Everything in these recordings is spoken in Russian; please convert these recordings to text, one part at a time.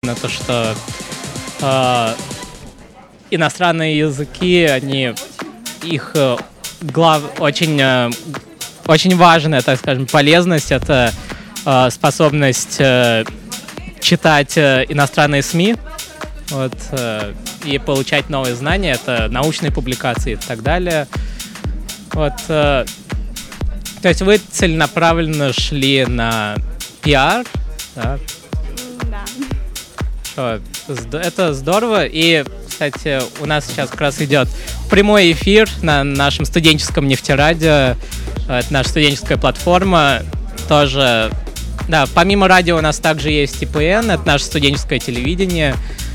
на то, что иностранные языки, они их очень важная, так скажем, полезность — это способность читать иностранные СМИ, вот, и получать новые знания, это научные публикации и так далее. Вот, то есть вы целенаправленно шли на пиар, да? Да. Это здорово. И, кстати, у нас сейчас как раз идет прямой эфир на нашем студенческом нефтерадио. Это наша студенческая платформа. Тоже, да, помимо радио у нас также есть ИПН, это наше студенческое телевидение.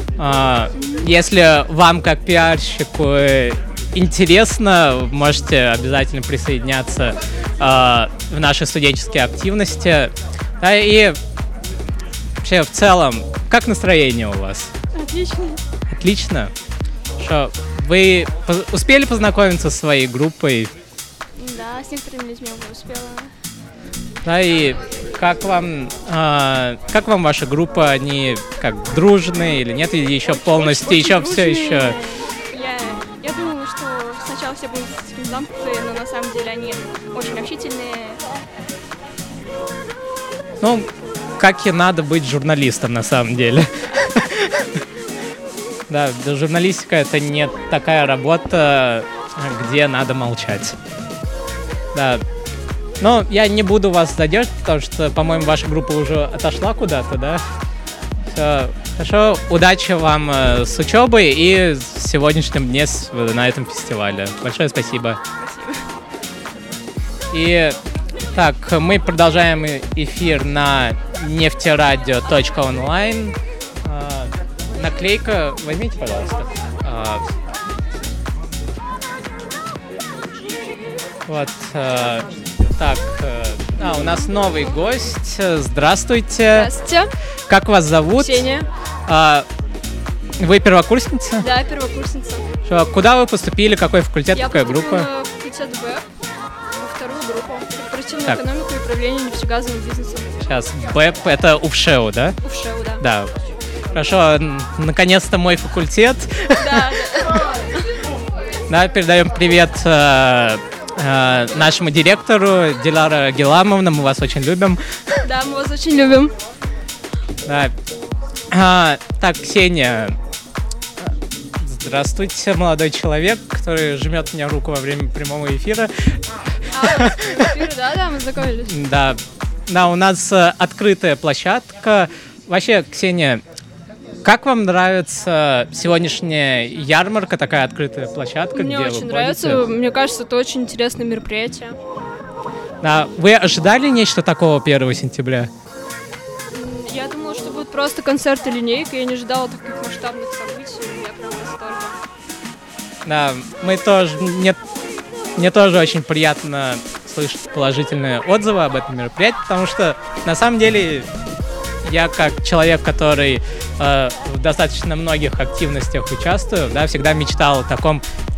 Если вам, как пиарщику, интересно, вы можете обязательно присоединяться в наши студенческие активности. Да, и вообще, в целом, как настроение у вас? Отлично. Отлично. Что, вы успели познакомиться со своей группой? Да, с некоторыми людьми уже успела. Да, и как вам ваша группа? Они как дружные или нет? Или еще полностью, очень еще дружные. все еще? Я думала, что сначала все будут такие замкнутые, но на самом деле они очень общительные. Ну, как и надо быть журналистом на самом деле. Да, журналистика — это не такая работа, где надо молчать. Да. Но я не буду вас задерживать, потому что, по-моему, ваша группа уже отошла куда-то, да? Все. Хорошо, удачи вам с учебой и с сегодняшним днем на этом фестивале. Большое спасибо. И так, мы продолжаем эфир на нефтерадио.онлайн. Наклейка, возьмите, пожалуйста. Вот, так, у нас новый гость. Здравствуйте. Здравствуйте. Как вас зовут? Ксения. Вы первокурсница? Да, первокурсница. Куда вы поступили? Какой факультет, какая группа? Я поступила на факультет Б, во вторую группу. Корпоративную Так. экономику и управление нефтегазовым бизнесом. Сейчас, БЭП — это УФШЭУ, да? УФШЭУ, да. Да. Хорошо, наконец-то мой факультет. Да. Да, передаем привет нашему директору Дилара Геламовна, мы вас очень любим. Да, мы вас очень любим. Да. Так, Ксения, здравствуйте, молодой человек, который жмет мне руку во время прямого эфира. Да, мы знакомились. Да, у нас открытая площадка. Вообще, Ксения, как вам нравится сегодняшняя ярмарка, такая открытая площадка? Мне где очень вы нравится. ходите? Мне кажется, это очень интересное мероприятие. Да, вы ожидали нечто такого 1 сентября? Я думала, что будет просто концерт и линейка. Я не ожидала таких масштабных событий. Я прям в восторге. Да, мы тоже, мне тоже очень приятно слышать положительные отзывы об этом мероприятии, потому что на самом деле я как человек, который в достаточно многих активностях участвую, да, всегда мечтал о таком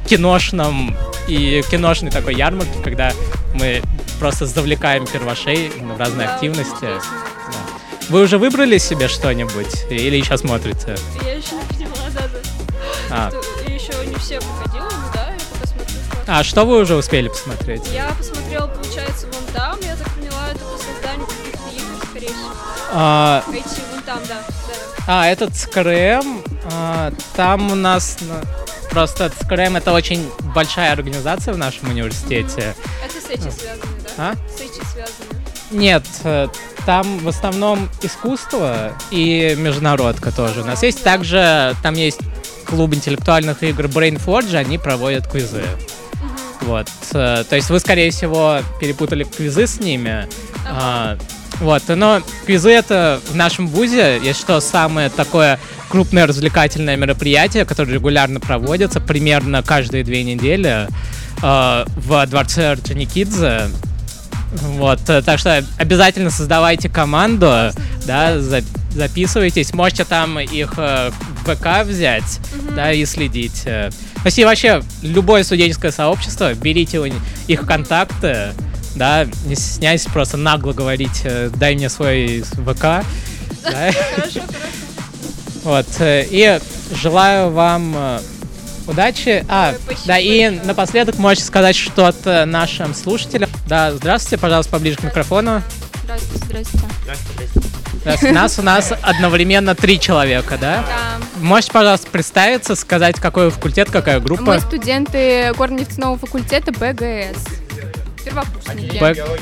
киношной такой ярмарке, когда мы просто завлекаем первошей в разные активности. Да. Вы уже выбрали себе что-нибудь или еще смотрите? Я еще не поняла даже. Я еще не все походила, но да, я пока смотрю. Что вы уже успели посмотреть? Я посмотрела, получается, вон там. Я так поняла, это по созданию каких-то игр, скорее всего. Пойти вон там, да. Этот СКРМ, там у нас просто СКРМ — это очень большая организация в нашем университете. Это с этим связано, да? С этим связано. Нет, там в основном искусство и международка тоже у нас есть. Также там есть клуб интеллектуальных игр Brainforge, они проводят квизы. Вот, то есть вы, скорее всего, перепутали квизы с ними. Вот, но квизы — это в нашем вузе, если что, самое такое крупное развлекательное мероприятие, которое регулярно проводится, примерно каждые 2 недели в дворце Орджоникидзе. Вот, так что обязательно создавайте команду, да, записывайтесь, можете там их в ВК взять, да, и следить. То есть и вообще любое студенческое сообщество, берите их контакты, да, не стесняйтесь просто нагло говорить: дай мне свой ВК. Да. Хорошо. Вот, и желаю вам удачи. Да, и напоследок можете сказать что-то нашим слушателям. Да, здравствуйте, пожалуйста, поближе к микрофону. Здравствуйте. У нас одновременно 3 человека, да? Да. Можете, пожалуйста, представиться, сказать, какой факультет, какая группа? Мы студенты горно-нефтяного факультета БГС. Первокурсники.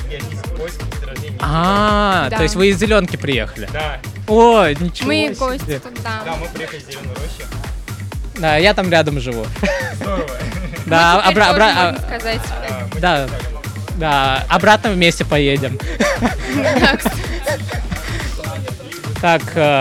Да. То есть вы из Зеленки приехали? Да. О, ничего Мы себе. гости туда. Да, мы приехали из Зеленой Рощи. Да, я там рядом живу. Здорово. Да, Теперь тоже можно сказать. Да, обратно вместе поедем. Так,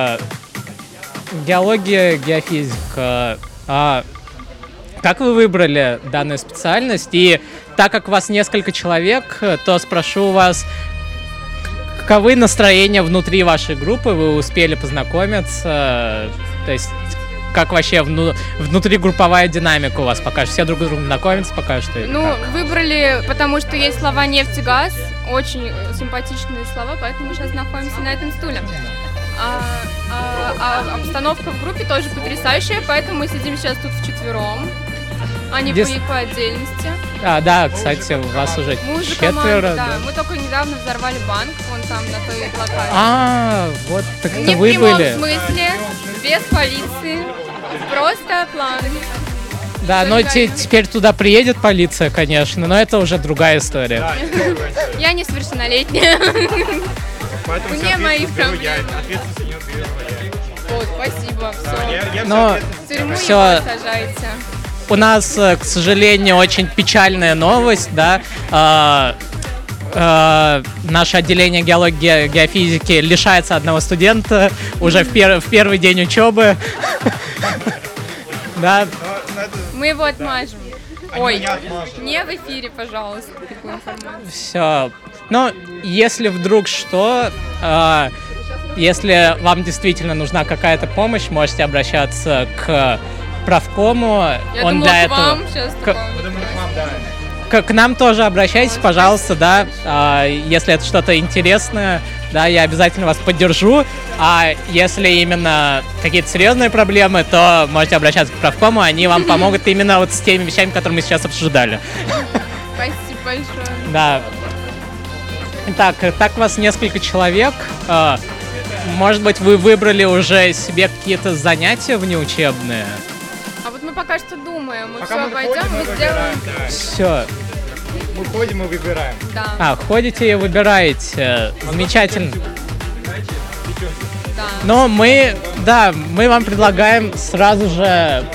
геология, геофизика. Как вы выбрали данную специальность? И так как вас несколько человек, то спрошу вас, каковы настроения внутри вашей группы? Вы успели познакомиться? То есть, как вообще внутригрупповая динамика у вас пока что? Все друг с другом знакомятся пока что? Выбрали, потому что есть слова «нефть» и «газ». Очень симпатичные слова, поэтому мы сейчас находимся на этом стуле. Обстановка в группе тоже потрясающая, поэтому мы сидим сейчас тут вчетвером, а не по отдельности. Да, кстати, у вас уже четверо. Да, мы только недавно взорвали банк, вон там на той локации. Вот так это не вы были. Не в прямом смысле, без полиции, просто план. Да, но теперь туда приедет полиция, конечно, но это уже другая история. Я несовершеннолетняя. Мне мои проблемы. Вот, спасибо, все. Но в тюрьму не сажайте. У нас, к сожалению, очень печальная новость, да. Наше отделение геологии и геофизики лишается одного студента уже в первый день учебы. Да. Мы его отмажем. Ой, не в эфире, пожалуйста, такую информацию. Все. Но если вдруг что, если вам действительно нужна какая-то помощь, можете обращаться к правкому. Я думала, для к вам этого. сейчас. К нам тоже обращайтесь, пожалуйста, да. Если это что-то интересное, да, я обязательно вас поддержу. А если именно какие-то серьезные проблемы, то можете обращаться к правкому, они вам помогут именно вот с теми вещами, которые мы сейчас обсуждали. Спасибо большое. Да. Итак, так вас несколько человек. Может быть, вы выбрали уже себе какие-то занятия внеучебные? А вот мы пока что думаем. Мы пока все пойдем, мы сделаем. Все. Мы ходим и выбираем. Да. Ходите и выбираете. Замечательно. Да. Но мы вам предлагаем сразу же...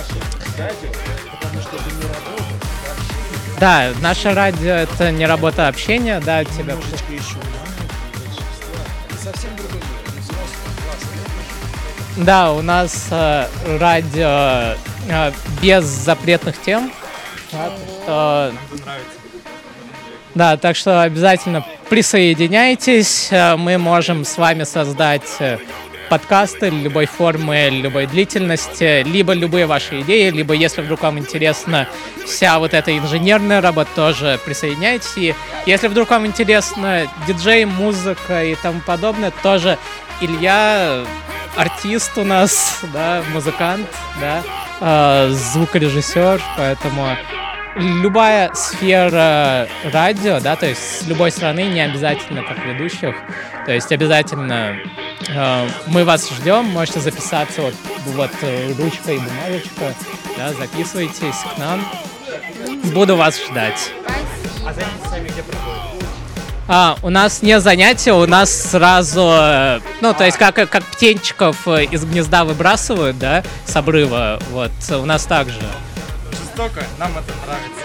Да, наше радио — это не работа, а общение, да, тебя... Да, у нас радио без запретных тем. Да, так что обязательно присоединяйтесь. Мы можем с вами создать подкасты любой формы, любой длительности, либо любые ваши идеи, либо, если вдруг вам интересна вся вот эта инженерная работа, тоже присоединяйтесь. И если вдруг вам интересна диджей, музыка и тому подобное, тоже Илья артист у нас, да, музыкант, да, звукорежиссер, поэтому любая сфера радио, да, то есть с любой страны, не обязательно как ведущих, то есть обязательно мы вас ждем, можете записаться вот ручка и бумажечка, да, записывайтесь к нам, буду вас ждать. А занятия сами где проходят? У нас не занятия, у нас сразу, то есть как птенчиков из гнезда выбрасывают, да, с обрыва, вот, у нас так же. Жестоко, нам это нравится.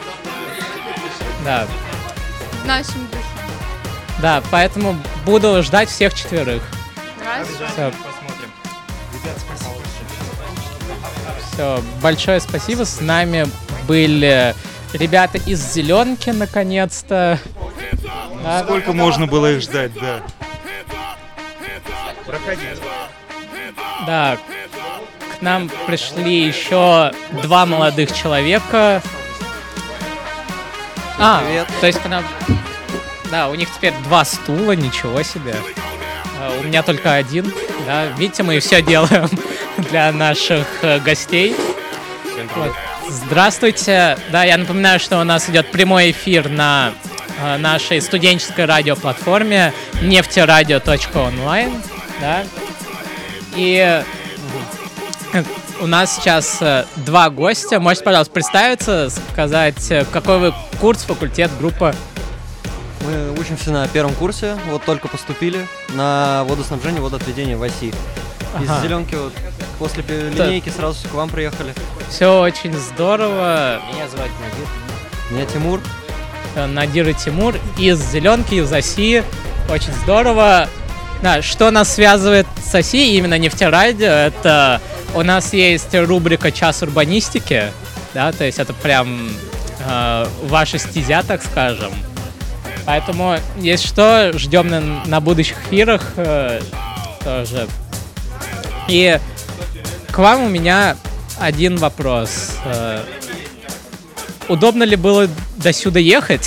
Да. В нашем духе. Да, поэтому буду ждать всех четверых. Обязательно посмотрим. Ребят, спасибо. Все, большое спасибо. С нами были ребята из Зеленки, наконец-то. Да. Сколько можно было их ждать, да. Проходите. Да, к нам пришли еще 2 молодых человека. Привет. То есть к нам... Да, у них теперь 2 стула, ничего себе. У меня только 1, да. Видите, мы все делаем. для наших гостей. Вот. Здравствуйте. Да, я напоминаю, что у нас идет прямой эфир на нашей студенческой радиоплатформе нефтерадио.онлайн. Да? И у нас сейчас два гостя. Можете, пожалуйста, представиться, сказать, какой вы курс, факультет, группа? Мы учимся на первом курсе, вот только поступили на водоснабжение, водоотведение в ОСИ. Из Зеленки вот после линейки сразу к вам приехали. Все очень здорово. Меня зовут Надир. Меня Тимур. Надир и Тимур из Зеленки, из ОСИ. Очень здорово. Да, что нас связывает с ОСИ, именно нефтерадио, это у нас есть рубрика «Час урбанистики», да, то есть это прям ваша стезя, так скажем. Поэтому, если что, ждем на будущих эфирах тоже. И к вам у меня один вопрос. Удобно ли было до сюда ехать?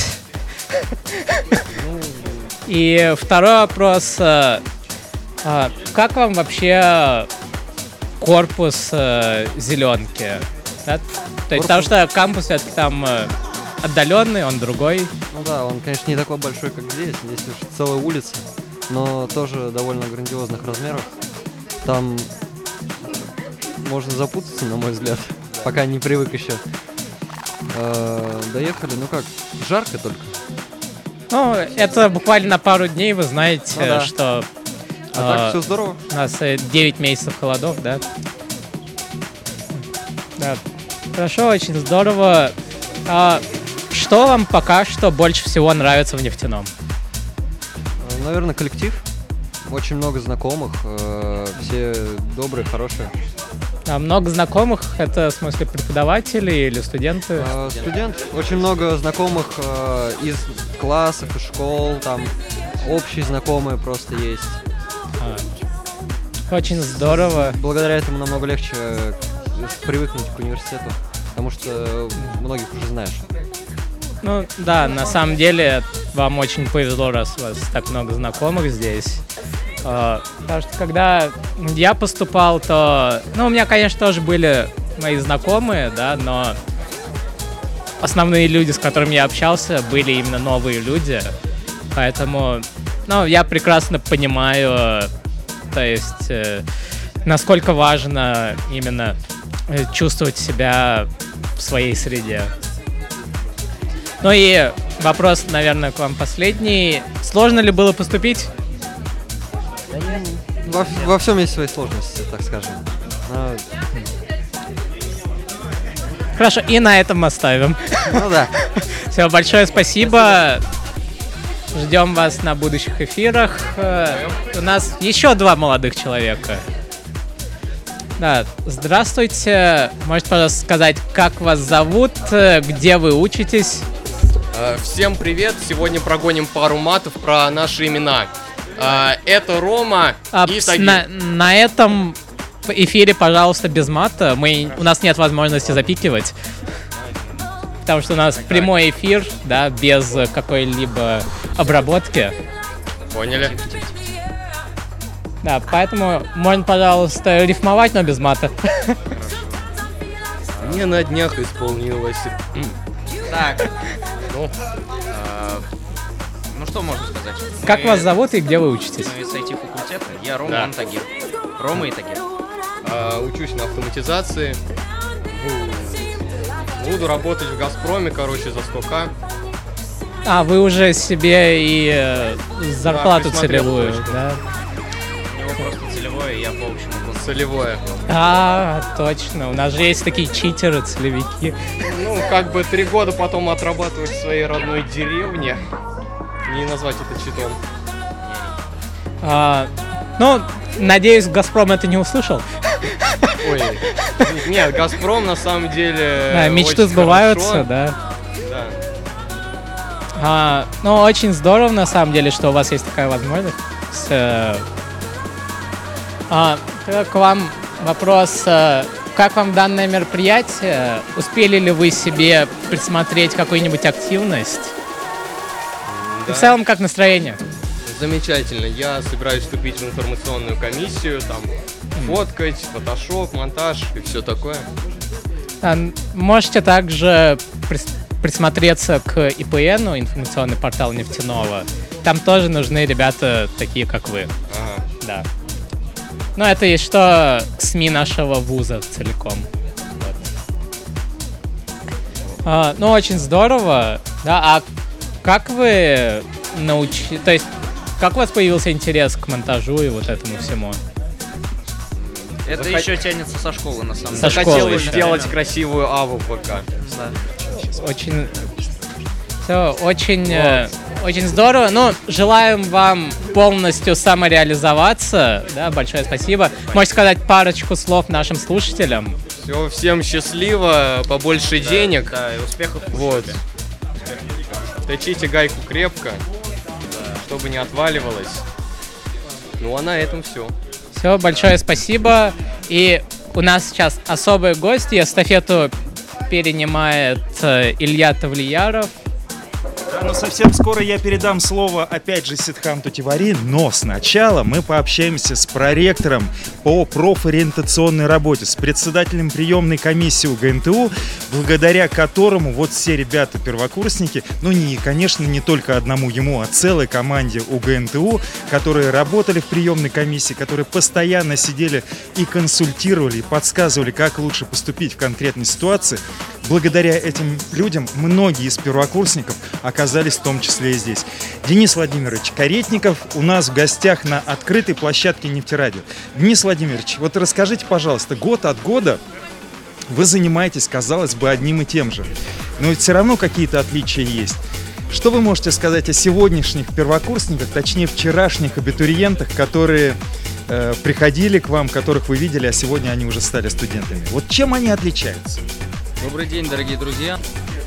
И второй вопрос. Как вам вообще корпус Зеленки? Да? То есть, потому что кампус это там отдаленный, он другой. Ну да, он, конечно, не такой большой, как здесь. Здесь уж целая улица, но тоже довольно грандиозных размеров. Там можно запутаться, на мой взгляд, пока не привык еще. Доехали, ну как, жарко только. Ну, это буквально на пару дней, вы знаете, ну, да. что... так все здорово. У нас 9 месяцев холодов, да? Да. Хорошо, очень здорово. Что вам пока что больше всего нравится в нефтяном? Наверное, коллектив. Очень много знакомых, все добрые, хорошие. А много знакомых, это в смысле преподаватели или студенты? Студент. Очень много знакомых из классов, из школ, там общие знакомые просто есть. Очень здорово. Благодаря этому намного легче привыкнуть к университету, потому что многих уже знаешь. Ну да, на самом деле вам очень повезло, раз у вас так много знакомых здесь. Потому что когда я поступал, то... Ну, у меня, конечно, тоже были мои знакомые, да, но основные люди, с которыми я общался, были именно новые люди. Поэтому, ну, я прекрасно понимаю, то есть, насколько важно именно чувствовать себя в своей среде. Ну и вопрос, наверное, к вам последний. Сложно ли было поступить? Во всем есть свои сложности, так скажем. Хорошо, и на этом оставим. Ну да. Все, большое спасибо. Ждем вас на будущих эфирах. У нас еще два молодых человека. Да, здравствуйте. Можете, пожалуйста, сказать, как вас зовут, где вы учитесь? Всем привет. Сегодня прогоним пару матов про наши имена. Это Рома и Тагир. На этом эфире, пожалуйста, без мата. У нас нет возможности запикивать. Потому что у нас прямой эфир, да, без какой-либо обработки. Поняли? Да, поэтому можно, пожалуйста, рифмовать, но без мата. Мне на днях исполнилось. Так. Ну что можно сказать? Как вас зовут и где вы учитесь? Мы с IT-факультета. Я Рома, он Тагир. Рома и Тагир. Учусь на автоматизации. Буду работать в Газпроме, короче, за 100к. Вы уже себе и зарплату целевую, да? У него просто целевое, я по общему. Целевое. Точно. У нас же есть такие читеры, целевики. Ну, как бы 3 года потом отрабатывать в своей родной деревне. Не назвать это читом. Ну, надеюсь, Газпром это не услышал. Ой, нет, Газпром на самом деле. Да, мечты сбываются, хорошо. Да. Да. Ну, очень здорово, на самом деле, что у вас есть такая возможность. К вам вопрос. Как вам данное мероприятие? Успели ли вы себе присмотреть какую-нибудь активность? Да. И в целом, как настроение? Замечательно. Я собираюсь вступить в информационную комиссию, там фоткать, фотошоп, монтаж и все такое. Можете также присмотреться к ИПНу, информационный портал Нефтяного. Там тоже нужны ребята такие, как вы. Ага. Да. Ну, это и что к СМИ нашего вуза целиком. Вот. Ну, очень здорово. Да, а как вы то есть, как у вас появился интерес к монтажу и вот этому всему? Это еще тянется со школы, на самом деле. Захотелось сделать красивую аву в ВК. Да. Очень... Все, очень здорово. Ну, желаем вам полностью самореализоваться. Да, большое спасибо. Можете сказать парочку слов нашим слушателям? Все, всем счастливо, побольше денег. Да, и успехов. Вот. Точите гайку крепко, чтобы не отваливалось. Ну, а на этом все. Все, большое спасибо. И у нас сейчас особые гости. Эстафету перенимает Илья Тавлияров. Да, но совсем скоро я передам слово опять же Сидханту Тивари, но сначала мы пообщаемся с проректором по профориентационной работе, с председателем приемной комиссии УГНТУ, благодаря которому вот все ребята-первокурсники, ну конечно, не только одному ему, а целой команде УГНТУ, которые работали в приемной комиссии, которые постоянно сидели и консультировали, и подсказывали, как лучше поступить в конкретной ситуации. Благодаря этим людям многие из первокурсников оказались в том числе и здесь. Денис Владимирович Каретников у нас в гостях на открытой площадке Нефтерадио. Денис Владимирович, вот расскажите, пожалуйста, год от года вы занимаетесь, казалось бы, одним и тем же, но ведь все равно какие-то отличия есть. Что вы можете сказать о сегодняшних первокурсниках, точнее вчерашних абитуриентах, которые приходили к вам, которых вы видели, а сегодня они уже стали студентами? Вот чем они отличаются? Добрый день, дорогие друзья.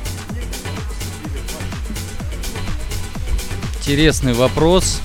Интересный вопрос.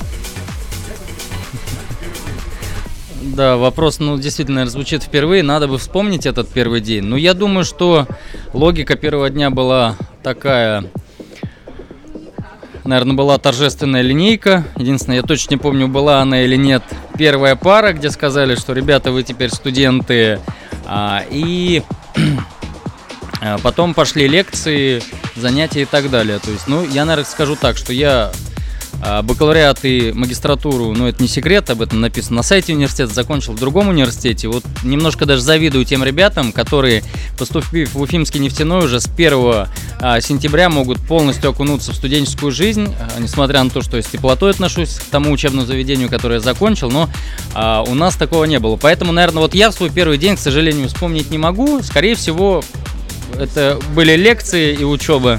Да, вопрос, действительно, звучит впервые. Надо бы вспомнить этот первый день. Но я думаю, что логика первого дня была такая. Наверное, была торжественная линейка. Единственное, я точно не помню, была она или нет. Первая пара, где сказали, что, ребята, вы теперь студенты. И потом пошли лекции, занятия и так далее. То есть, я, наверное, скажу так, что я бакалавриат и магистратуру, это не секрет, об этом написано на сайте университета, закончил в другом университете. Вот немножко даже завидую тем ребятам, которые, поступив в Уфимский нефтяной, уже с 1 сентября могут полностью окунуться в студенческую жизнь, несмотря на то, что я с теплотой отношусь к тому учебному заведению, которое я закончил, но у нас такого не было. Поэтому, наверное, я в свой первый день, к сожалению, вспомнить не могу. Скорее всего, это были лекции и учеба.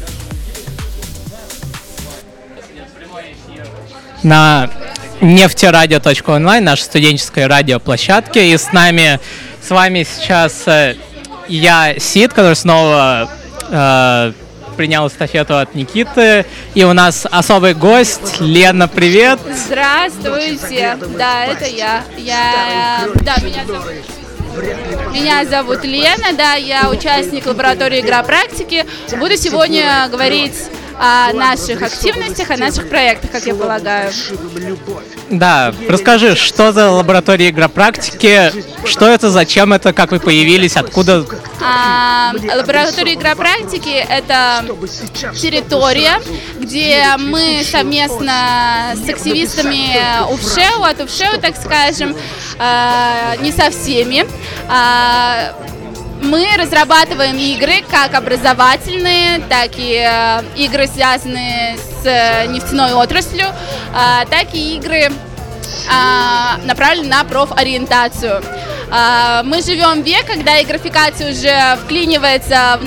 На нефтерадио.онлайн, нашей студенческой радиоплощадке. И с вами сейчас я, Сид, который снова принял эстафету от Никиты. И у нас особый гость. Лена, привет. Здравствуйте. Да, это я. Меня зовут Лена, да, я участник лаборатории игропрактики. Буду сегодня говорить о наших активностях, о наших проектах, как я полагаю. Да, расскажи, что за лаборатория игропрактики, что это, зачем это, как вы появились, откуда? Лаборатория игропрактики — это территория, где мы совместно с активистами УФШЭУ, от УФШЭУ, так скажем, не со всеми, мы разрабатываем игры, как образовательные, так и игры, связанные с нефтяной отраслью, так и игры, направленные на профориентацию. Мы живем в век, когда игрофикация уже вклинивается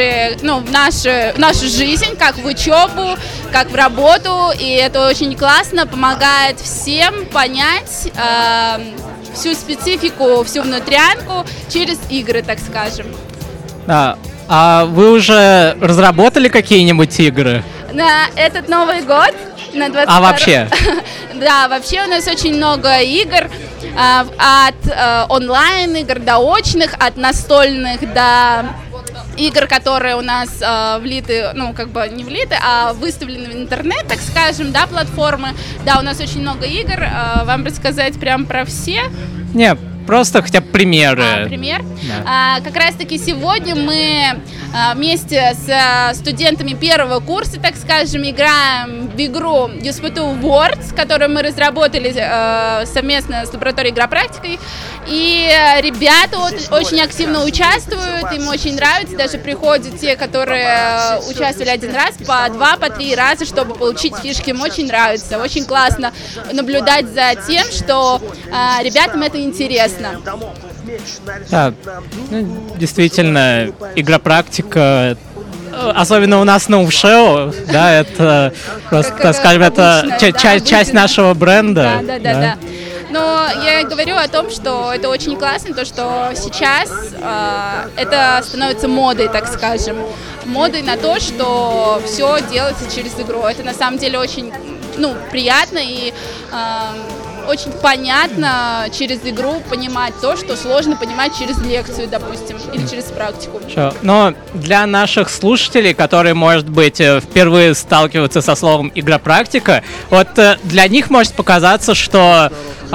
в нашу жизнь, как в учебу, как в работу, и это очень классно, помогает всем понять всю специфику, всю внутрянку через игры, так скажем. Да. А вы уже разработали какие-нибудь игры? На этот Новый год, на 22... А вообще? Да, вообще у нас очень много игр, от онлайн-игр до очных, от настольных до игр, которые у нас влиты, не влиты, а выставлены в интернет, так скажем, платформы. Да, у нас очень много игр. Вам рассказать прям про все? Не, просто хотя бы примеры. Пример? Да. Как раз-таки сегодня мы вместе с студентами первого курса, так скажем, играем в игру Disputu Words, которую мы разработали совместно с лабораторией игропрактикой. И ребята очень активно участвуют, им очень нравится, даже приходят те, которые участвовали один раз, по 2, по 3 раза, чтобы получить фишки. Им очень нравится, очень классно наблюдать за тем, что ребятам это интересно. Да, действительно, игропрактика, особенно у нас на УВШЭО, да, это просто, скажем, это часть нашего бренда. Да. Но я говорю о том, что это очень классно, то, что сейчас это становится модой, так скажем. Модой на то, что все делается через игру. Это на самом деле очень приятно и очень понятно через игру понимать то, что сложно понимать через лекцию, допустим, или через практику. Но для наших слушателей, которые, может быть, впервые сталкиваются со словом игропрактика, вот для них может показаться, что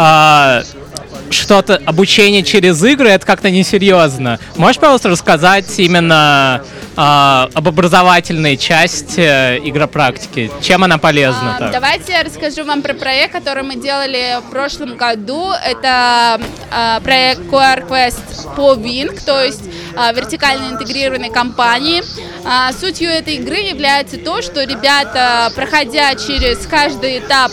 что-то обучение через игры это как-то несерьезно. Можешь, пожалуйста, рассказать именно об образовательной части игропрактики? Чем она полезна? Давайте я расскажу вам про проект, который мы делали в прошлом году. Это проект QR Quest по Wing, то есть вертикально интегрированной компании. Сутью этой игры является то, что ребята, проходя через каждый этап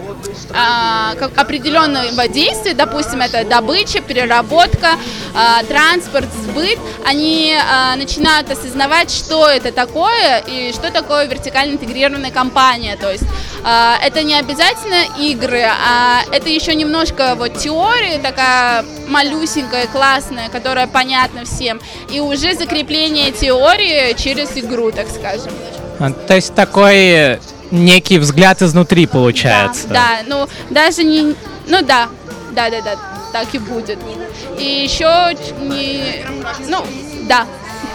определенного действия, допустим, это добыча, переработка, транспорт, сбыт, они начинают осознавать, что это такое и что такое вертикально интегрированная компания. То есть это не обязательно игры, а это еще немножко теория такая малюсенькая, классная, которая понятна всем, и уже закрепление теории через игру, так скажем. То есть такой некий взгляд изнутри получается. Да, даже не... Да, так и будет. И еще не... Да,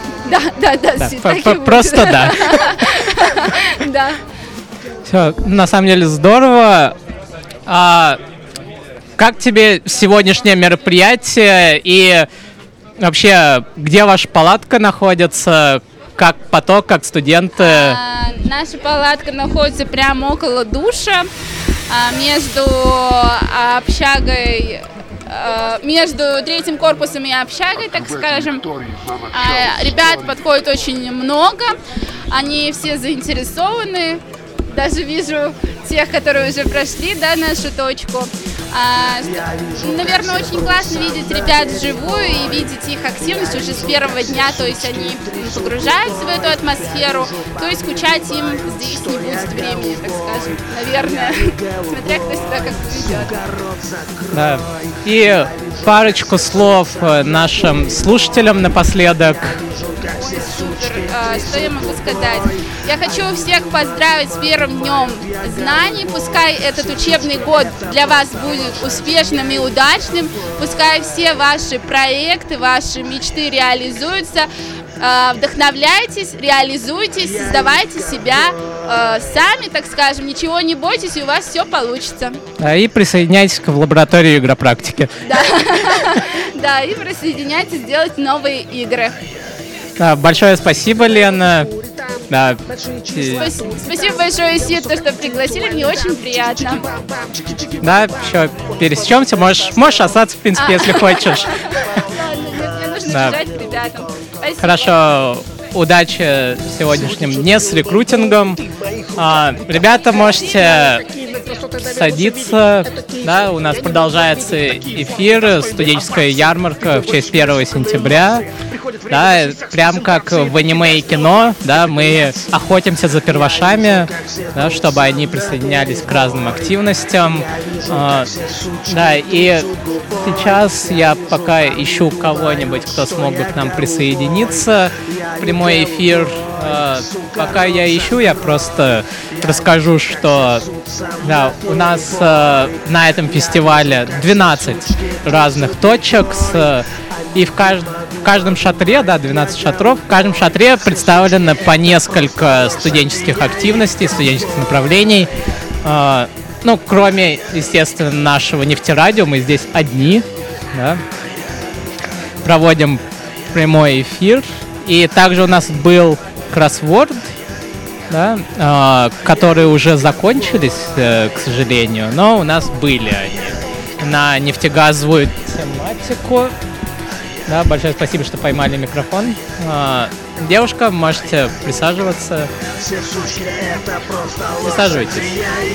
просто да. Да. Все, на самом деле здорово. Как тебе сегодняшнее мероприятие и вообще, где ваша палатка находится? Как поток, как студенты? Наша палатка находится прямо около душа, между общагой, между 3-м корпусом и общагой, так скажем. Ребят подходит очень много, они все заинтересованы. Даже вижу тех, которые уже прошли, нашу точку. Наверное, очень классно видеть ребят вживую и видеть их активность уже с первого дня, то есть они погружаются в эту атмосферу, то есть скучать им здесь не будет времени, так скажем, наверное, смотря кто себя как ведет. Да. И парочку слов нашим слушателям напоследок. Ой, супер. Что я могу сказать? Я хочу всех поздравить с первым днем знаний. Пускай этот учебный год для вас будет успешным и удачным. Пускай все ваши проекты, ваши мечты реализуются. Вдохновляйтесь, реализуйтесь, создавайте себя сами, так скажем. Ничего не бойтесь, и у вас все получится. И присоединяйтесь в лабораторию игропрактики. Да, и присоединяйтесь, делать новые игры. Большое спасибо, Лена. Да. Спасибо большое, Сид, что пригласили, мне очень приятно. Да, еще пересечемся, можешь остаться, в принципе, если хочешь. Мне нужно бежать к ребятам. Спасибо. Хорошо, удачи в сегодняшнем дне с рекрутингом. Ребята, можете садиться. Да, у нас продолжается эфир, студенческая ярмарка в честь 1 сентября. Да, прям как в аниме и кино, да, мы охотимся за первошами, да, чтобы они присоединялись к разным активностям. Да, и сейчас я пока ищу кого-нибудь, кто смог бы к нам присоединиться в прямой эфир. Пока я ищу, я просто расскажу, что да, у нас на этом фестивале 12 разных точек, и в каждом шатре, да, 12 шатров, в каждом шатре представлено по несколько студенческих активностей, студенческих направлений. Кроме, естественно, нашего нефтерадио, мы здесь одни, да. проводим прямой эфир. И также у нас был кроссворд, да, которые уже закончились, к сожалению, но у нас были они на нефтегазовую тематику. Да, большое спасибо, что поймали микрофон. Девушка, можете присаживаться. Присаживайтесь.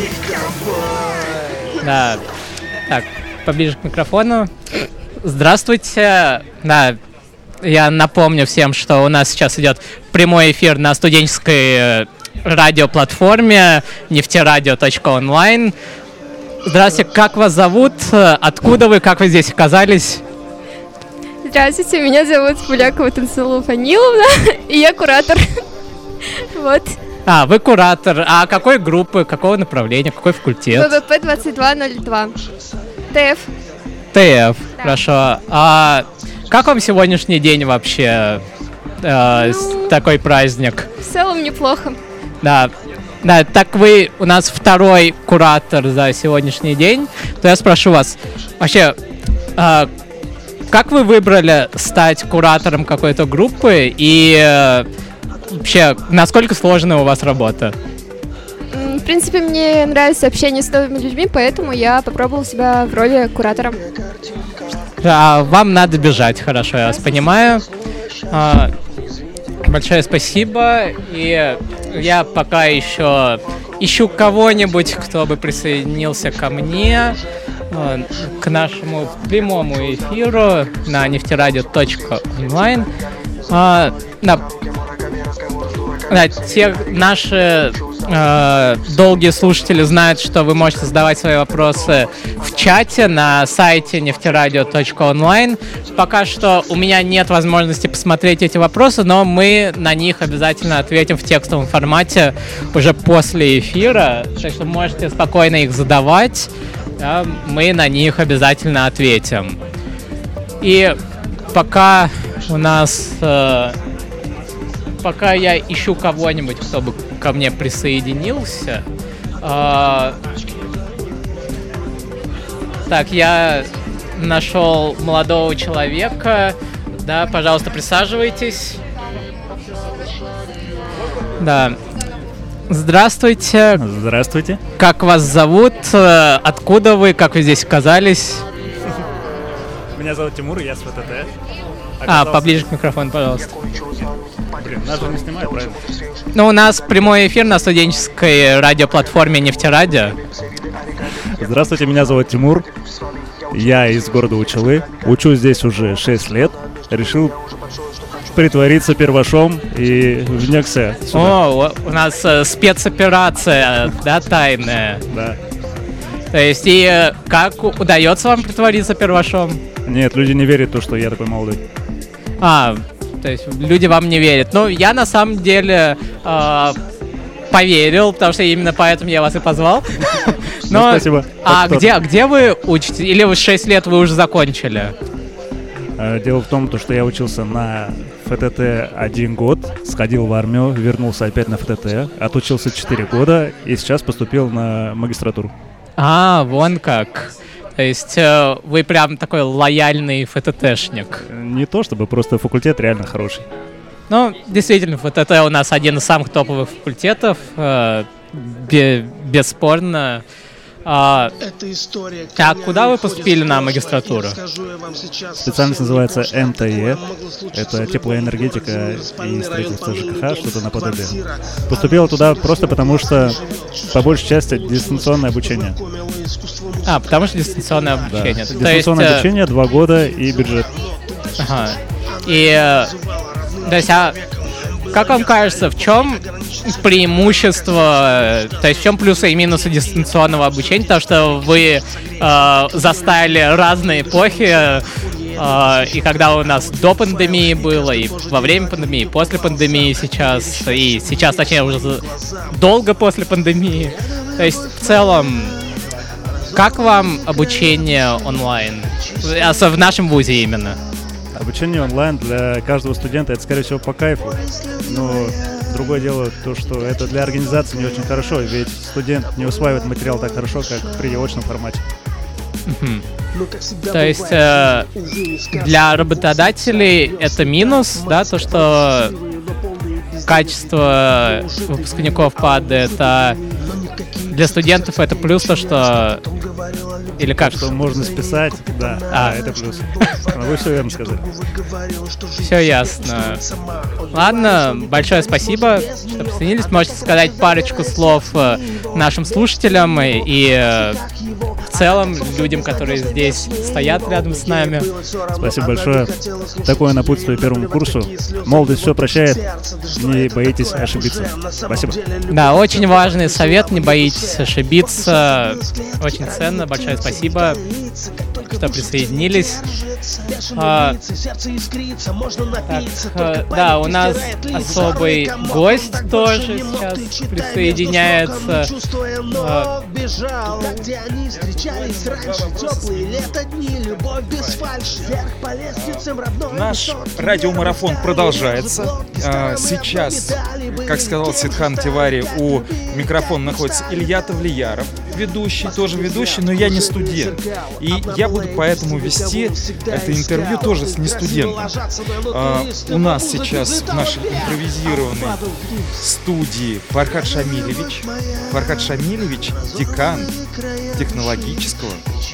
Да. Так, поближе к микрофону. Здравствуйте. Да, я напомню всем, что у нас сейчас идет прямой эфир на студенческой радиоплатформе нефтерадио.онлайн. Здравствуйте, как вас зовут? Откуда вы? Как вы здесь оказались? Здравствуйте, меня зовут Полякова Танцелова Фаниловна, и я куратор. Вот. Вы куратор. А какой группы, какого направления, какой факультет? ВВП 2202. ТФ. ТФ, хорошо. А как вам сегодняшний день вообще? Такой праздник? В целом неплохо. Да. Да, так вы у нас второй куратор за сегодняшний день, то я спрошу вас, вообще, как вы выбрали стать куратором какой-то группы и вообще, насколько сложная у вас работа? В принципе, мне нравится общение с новыми людьми, поэтому я попробовала себя в роли куратора. Вам надо бежать, хорошо, я вас понимаю. Большое спасибо. И я пока еще ищу кого-нибудь, кто бы присоединился ко мне, к нашему прямому эфиру на нефтерадио.онлайн. Те наши долгие слушатели знают, что вы можете задавать свои вопросы в чате на сайте нефтерадио.онлайн. Пока что у меня нет возможности посмотреть эти вопросы, но мы на них обязательно ответим в текстовом формате уже после эфира, так что можете спокойно их задавать, да, мы на них обязательно ответим. И пока у нас... Пока я ищу кого-нибудь, кто бы ко мне присоединился. Так, я нашел молодого человека. Да, пожалуйста, присаживайтесь. Да. Здравствуйте. Здравствуйте. Как вас зовут? Откуда вы? Как вы здесь оказались? Меня зовут Тимур, я с ВТТ. Поближе к микрофону, пожалуйста. Блин, нас же не снимают, правильно? Ну, у нас прямой эфир на студенческой радиоплатформе «Нефтерадио». Здравствуйте, меня зовут Тимур. Я из города Учалы. Учусь здесь уже 6 лет. Решил притвориться первашом и внёсся сюда. О, у нас спецоперация, да, тайная? Да. То есть, и как удается вам притвориться первашом? Нет, люди не верят в то, что я такой молодой. То есть люди вам не верят. Ну, я на самом деле поверил, потому что именно поэтому я вас и позвал. Но, спасибо. А где вы учитесь? Или вы 6 лет вы уже закончили? Дело в том, что я учился на ФТТ 1 год, сходил в армию, вернулся опять на ФТТ, отучился 4 года и сейчас поступил на магистратуру. Вон как. То есть вы прям такой лояльный ФТТшник. Не то чтобы, просто факультет реально хороший. Ну, действительно, ФТТ у нас один из самых топовых факультетов, бесспорно. Так, куда вы поступили на магистратуру? Специальность называется МТЕ. Это теплоэнергетика и строительство ЖКХ, что-то наподобие. Поступил туда просто потому, что по большей части дистанционное обучение. Потому что дистанционное обучение. Да. Дистанционное обучение, 2 года и бюджет. Ага. И, то есть, как вам кажется, в чем преимущество, то есть в чем плюсы и минусы дистанционного обучения? Потому что вы застали разные эпохи, и когда у нас до пандемии было, и во время пандемии, и после пандемии сейчас, и сейчас, точнее, уже долго после пандемии. То есть в целом, как вам обучение онлайн? В нашем вузе именно. Обучение онлайн для каждого студента это, скорее всего, по кайфу. Но другое дело то, что это для организации не очень хорошо, ведь студент не усваивает материал так хорошо, как при очном формате. То есть для работодателей это минус, да, то, что качество выпускников падает, а для студентов это плюс, то, что... Или как? Что можно списать, да, это плюс. Вы все верно сказали. Все ясно. Ладно, большое спасибо, что присоединились. Можете сказать парочку слов нашим слушателям и в целом людям, которые здесь стоят рядом с нами. Спасибо большое. Такое напутствие первому курсу. Молодость все прощает, не боитесь ошибиться. Спасибо. Да, очень важный совет, не боитесь ошибиться. Очень ценно, большое спасибо, что присоединились. Да, у нас особый гость тоже сейчас присоединяется. Наш радиомарафон продолжается. Сейчас, как сказал Сидхан Тивари, у микрофона находится Илья Тавлияров, ведущий, тоже ведущий, но я не студент. И я буду поэтому вести это интервью тоже с не студентом. У нас сейчас в нашей импровизированной студии Фархад Шамилевич. Фархад Шамилевич — декан технологического.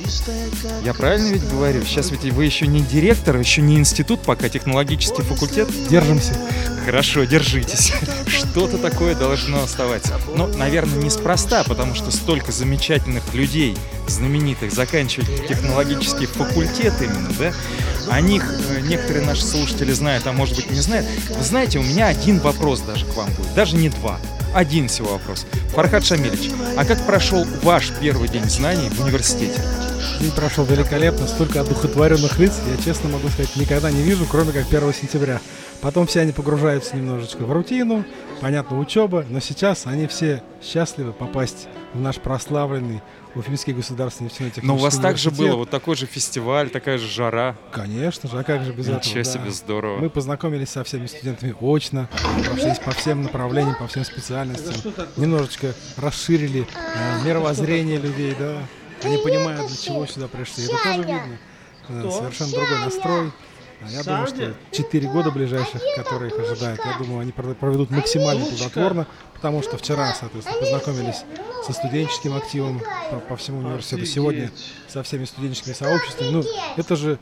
Я правильно ведь говорю? Сейчас ведь вы еще не директор, еще не институт, пока технологический факультет. Держимся. Хорошо, держитесь. Что-то такое должно оставаться. Но, наверное, неспроста, потому что столько замечательных людей, знаменитых, заканчивают технологический факультет именно, да? О них некоторые наши слушатели знают, а может быть не знают. Вы знаете, у меня один вопрос даже к вам будет, даже не два. Один всего вопрос. Фархад Шамилевич, а как прошел ваш первый день знаний в университете? День прошел великолепно, столько одухотворенных лиц, я честно могу сказать, никогда не вижу, кроме как 1 сентября. Потом все они погружаются немножечко в рутину, понятно, учеба, но сейчас они все счастливы попасть в наш прославленный Уфимский государственный нефтяной технический Но у вас университет. также было вот такой же фестиваль, такая же жара. Конечно же, а как же без этого? Ничего себе, здорово. Мы познакомились со всеми студентами очно, прошлись по всем направлениям, по всем специальностям, немножечко расширили мировоззрение людей, да. Они понимают, для чего сюда пришли. Это тоже видно. Совершенно другой настрой. Я думаю, что 4 года ближайших, которые их ожидают, я думаю, они проведут максимально плодотворно, потому что вчера, соответственно, познакомились со студенческим активом по всему университету, сегодня со всеми студенческими сообществами. Ну, это же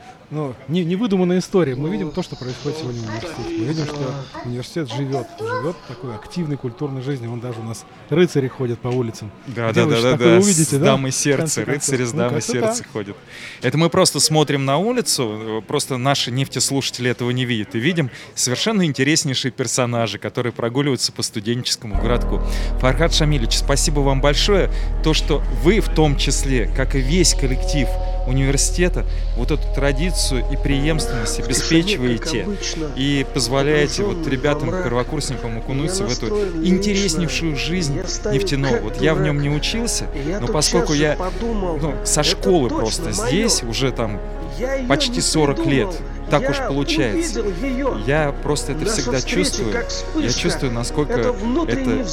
не выдуманная история. Мы видим то, что происходит сегодня в университете. Мы видим, что университет живет такой активной культурной жизнью. Вон даже у нас рыцари ходят по улицам. Да. С дамой сердца. Рыцари с дамой сердца ходят. Это мы просто смотрим на улицу, просто наши нефтеслушатели этого не видят. И видим совершенно интереснейшие персонажи, которые прогуливаются по студенческому городку. Фархад Шамилевич, спасибо вам большое. То, что вы в том числе, как и весь коллектив университета, вот эту традицию и преемственность обеспечиваете и позволяете вот ребятам, первокурсникам окунуться в эту интереснейшую жизнь нефтяного. Вот я в нем не учился, но поскольку я со школы просто здесь уже там почти 40 лет, так уж получается. Я просто это всегда чувствую. Я чувствую, насколько это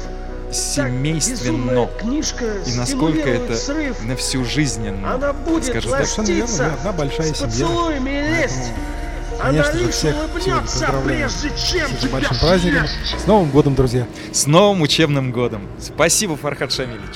семейственно и насколько это на всю жизненно, скажем так. Совершенно верно, одна большая семья. Поэтому, конечно же, всех сегодня поздравляем с этим большим праздником. С Новым годом, друзья! С новым учебным годом! Спасибо, Фархад Шамилевич!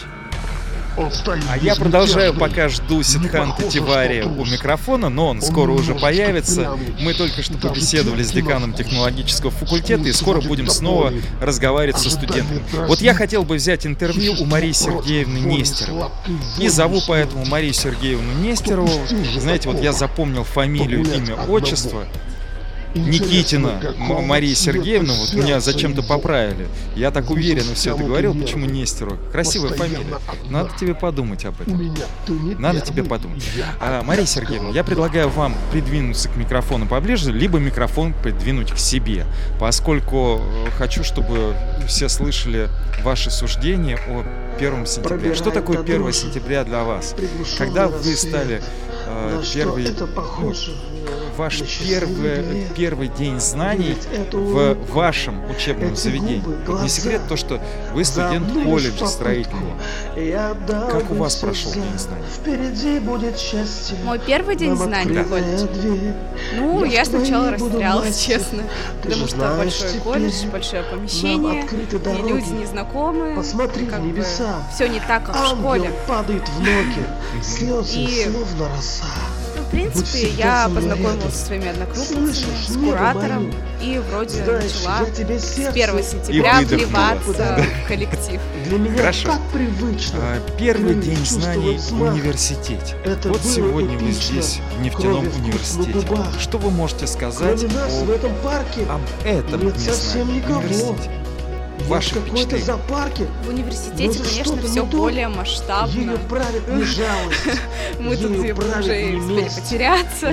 А я продолжаю, пока жду Сидханта Тивари у микрофона, но он скоро уже появится. Мы только что побеседовали с деканом технологического факультета и скоро будем снова разговаривать со студентами. Вот я хотел бы взять интервью у Марии Сергеевны Нестеровой. И зову поэтому Марию Сергеевну Нестерову. Знаете, вот я запомнил фамилию, имя, отчество. Никитина Мария Сергеевна, вот меня зачем-то поправили. Я так уверенно все это говорил, почему Нестерова? Красивая фамилия. Надо тебе подумать об этом. Надо тебе подумать. Мария Сергеевна, я предлагаю вам придвинуться к микрофону поближе, либо микрофон придвинуть к себе, поскольку хочу, чтобы все слышали ваши суждения о 1 сентября. Что такое 1 сентября для вас? Когда вы стали первой... ваш первый день знаний в вашем учебном заведении? Не секрет то, что вы студент колледжа строительного. Как у вас прошел день знаний? Мой первый день знаний в колледже. Ну, я сначала растерялась, честно. Потому что большой колледж, большое помещение, и люди незнакомые. Посмотри в небеса. Все не так, как в школе. Падает в ноги, слезы, словно роса. В принципе, я познакомилась со своими однокурсницами, с куратором, и вроде начала с 1 сентября вливаться в коллектив. Для меня Хорошо. так привычно. Первый день знаний в университете. Вот сегодня вы здесь, в нефтяном университете. Что вы можете сказать в этом парке об этом дне знаний в университете? Ваши впечатления? В университете, конечно, все более масштабно. Мы тут уже успели потеряться.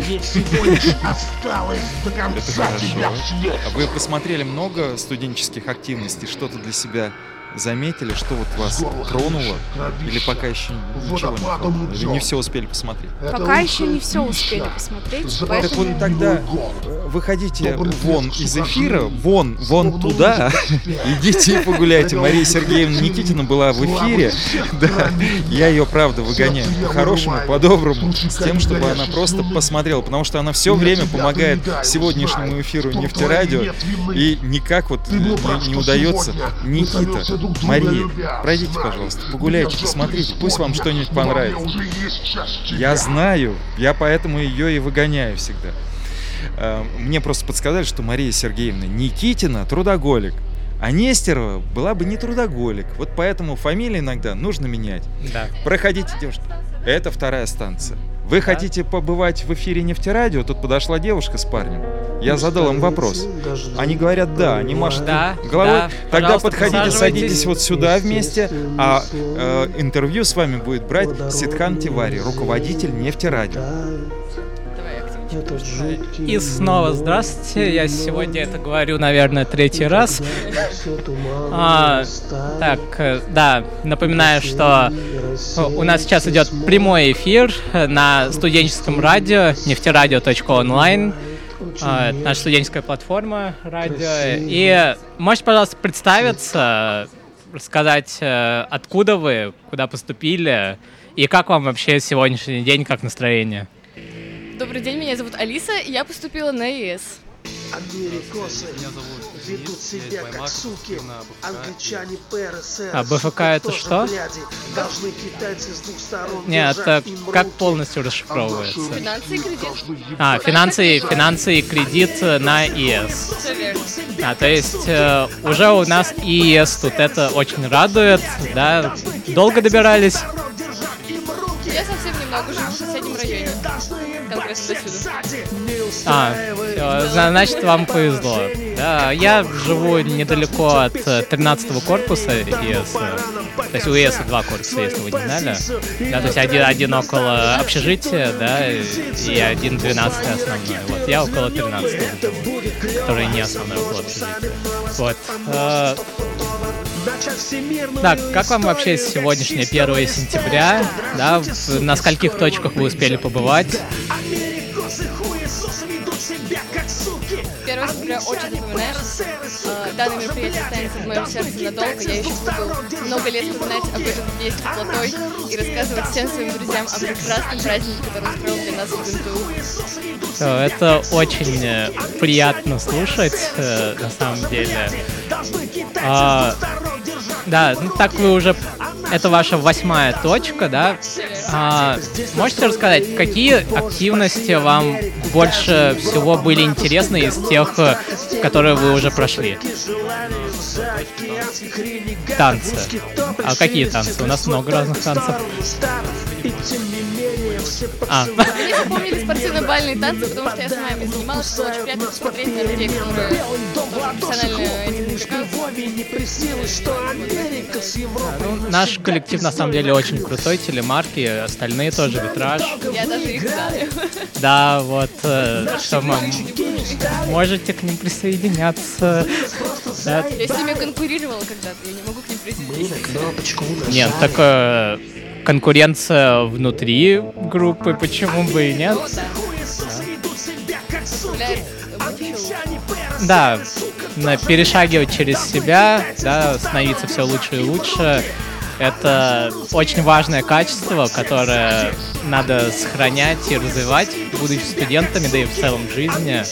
Это хорошо. А вы посмотрели много студенческих активностей? Что-то для себя заметили? Что вот вас тронуло? Или пока еще ничего не тронуло? Или не все успели посмотреть? Пока еще не все успели посмотреть. Так вот тогда выходите вон из эфира, вон туда, идите и погуляйте. Мария Сергеевна Никитина была в эфире, да, я ее, правда, выгоняю по-хорошему, по-доброму, с тем, чтобы она просто посмотрела, потому что она все время помогает сегодняшнему эфиру Нефтерадио, и никак вот не удается. Никита, Мария, пройдите, пожалуйста, погуляйте, посмотрите, пусть вам что-нибудь понравится. Я знаю, я поэтому ее и выгоняю всегда. Мне просто подсказали, что Мария Сергеевна Никитина трудоголик, а Нестерова была бы не трудоголик. Вот поэтому фамилии иногда нужно менять. Да. Проходите, девушка. Это 2-я станция. Вы хотите побывать в эфире Нефтерадио? Тут подошла девушка с парнем. Я задал им вопрос. Они говорят «да», они машут головой. Да, тогда подходите, садитесь вот сюда вместе, а интервью с вами будет брать Сидхан Тивари, руководитель Нефтерадио. И снова здравствуйте. Я сегодня это говорю, наверное, 3-й раз. Да, напоминаю, что у нас сейчас идет прямой эфир на студенческом радио нефтерадио.онлайн. Наша студенческая платформа радио. И можете, пожалуйста, представиться, рассказать, откуда вы, куда поступили, и как вам вообще сегодняшний день, как настроение? Добрый день, меня зовут Алиса, и я поступила на ЕС. А БФК это что? Нет, это как полностью расшифровывается? Финансы и кредит. Финансы и кредит на ЕС. То есть уже у нас ЕС тут, это очень радует, да? Долго добирались? Я совсем немного живу в соседнем районе. Конкретно отсюда. Значит, вам повезло. Да, я живу недалеко от 13-го корпуса ЕС. То есть у ЕС 2 корпуса, если вы не знали. Да, то есть один около общежития, да, и один 12-й основной. Вот, я около 13-го живу, который не основной около общежития. Вот. Так, как вам вообще сегодняшнее 1 сентября? Да, на скольких точках вы успели побывать? 1 сентября очень запоминаешься. Данное мероприятие останется в моем сердце надолго. Я еще буду много лет вспоминать об этом действии плотой и рассказывать всем своим друзьям о прекрасном празднике, который устроил для нас в ГНТУ. Это очень приятно слушать, на самом деле. Да, ну так вы уже... Это ваша 8-я точка, да? Можете рассказать, какие активности вам больше всего были интересны из тех, которые вы уже прошли? Танцы. А какие танцы? У нас много разных танцев. Мне запомнили спортивно-бальные танцы, потому что я сама ими занималась, что очень приятно посмотреть на людей, которые профессионально этим увлекаются. Наш коллектив на самом деле очень крутой, телемарки, остальные тоже, Витраж. Я даже их знаю. Да, вот, что можете к ним присоединяться. Да. Я с ними конкурировала когда-то, я не могу к ним присоединиться. Нет, так конкуренция внутри группы, почему бы и нет? быть еще лучше. Да, перешагивать через себя, да, становиться все лучше и лучше. Это очень важное качество, которое надо сохранять и развивать, будучи студентами, да и в целом в жизни.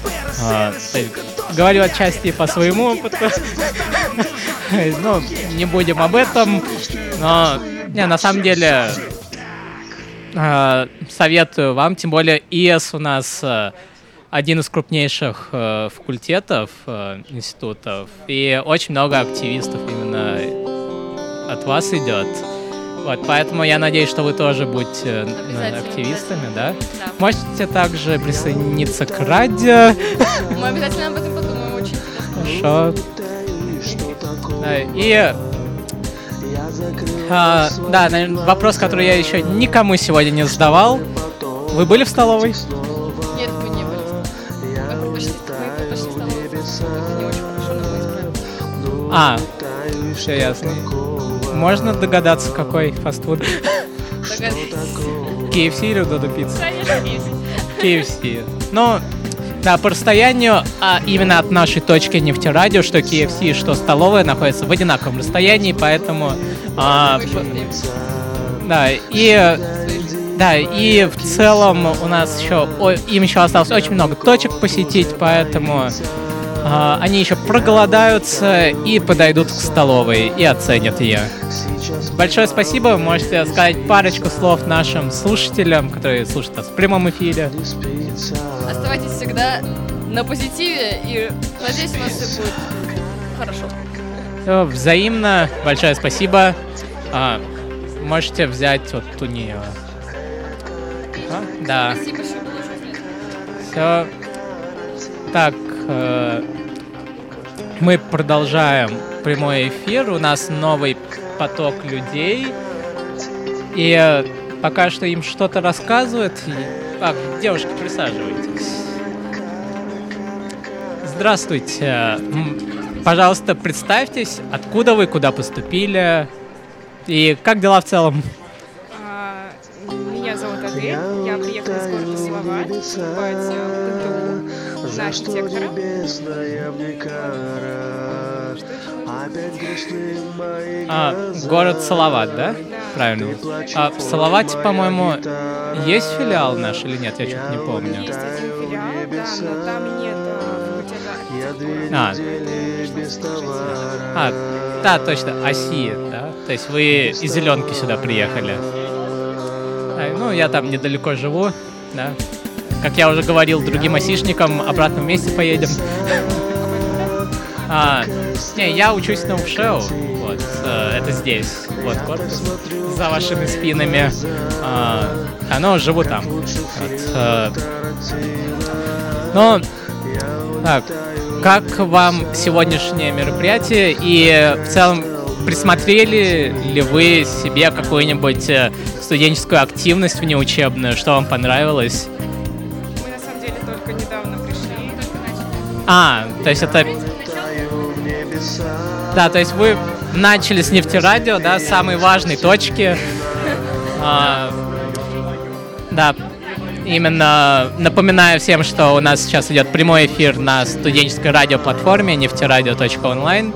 Говорю отчасти по своему опыту. Ну, не будем об этом. Но на самом деле советую вам, тем более ИЭС у нас один из крупнейших факультетов, институтов, и очень много активистов именно от вас идет. Вот, поэтому я надеюсь, что вы тоже будете активистами, да? Да. Можете также присоединиться к радио. Мы обязательно об этом подумаем, очень интересно. Хорошо. И да, наверное, вопрос, который я еще никому сегодня не задавал. Вы были в столовой? Нет, мы не были. Мы предпочли столовую. Это не очень хорошо, но мы исправим. Все ясно. Можно догадаться, какой фастфуд? KFC или Додо Пицца? Конечно, KFC. Ну, да, по расстоянию, а именно от нашей точки нефтерадио, что KFC, что столовая находятся в одинаковом расстоянии, поэтому... Да, и в целом у нас им еще осталось очень много точек посетить, поэтому они еще проголодаются и подойдут к столовой и оценят ее. Большое спасибо. Вы можете сказать парочку слов нашим слушателям, которые слушают нас в прямом эфире. Оставайтесь всегда на позитиве, и надеюсь, у нас все будет хорошо. Все взаимно. Большое спасибо. Можете взять вот у нее. Да. Спасибо, что было очень Все. Так, мы продолжаем прямой эфир. У нас новый поток людей. И пока что им что-то рассказывают. Так, девушки, присаживайтесь. Здравствуйте. Пожалуйста, представьтесь, откуда вы, куда поступили и как дела в целом? Меня зовут Адель, я приехала из города Салават поступать в ГТУ на архитектора. Город Салават, да? Правильно. А в Салавате, по-моему, есть филиал наш или нет? Я что-то не помню. Есть один филиал, да, но там нет факультета архитектуры. Да, точно, ОСИ, да? То есть вы из Зеленки сюда приехали. Ну, я там недалеко живу, да. Как я уже говорил другим осишникам, обратно вместе поедем. Я учусь на УФШЭУ, вот, это здесь, вот корпус, за вашими спинами, но живу там. Вот, ну, так, как вам сегодняшнее мероприятие и в целом присмотрели ли вы себе какую-нибудь студенческую активность внеучебную, что вам понравилось? Мы на самом деле только недавно пришли, То есть это... Да, то есть вы начали с нефтерадио, да, с самой важной точки. Да, именно напоминаю всем, что у нас сейчас идет прямой эфир на студенческой радиоплатформе нефтерадио.онлайн.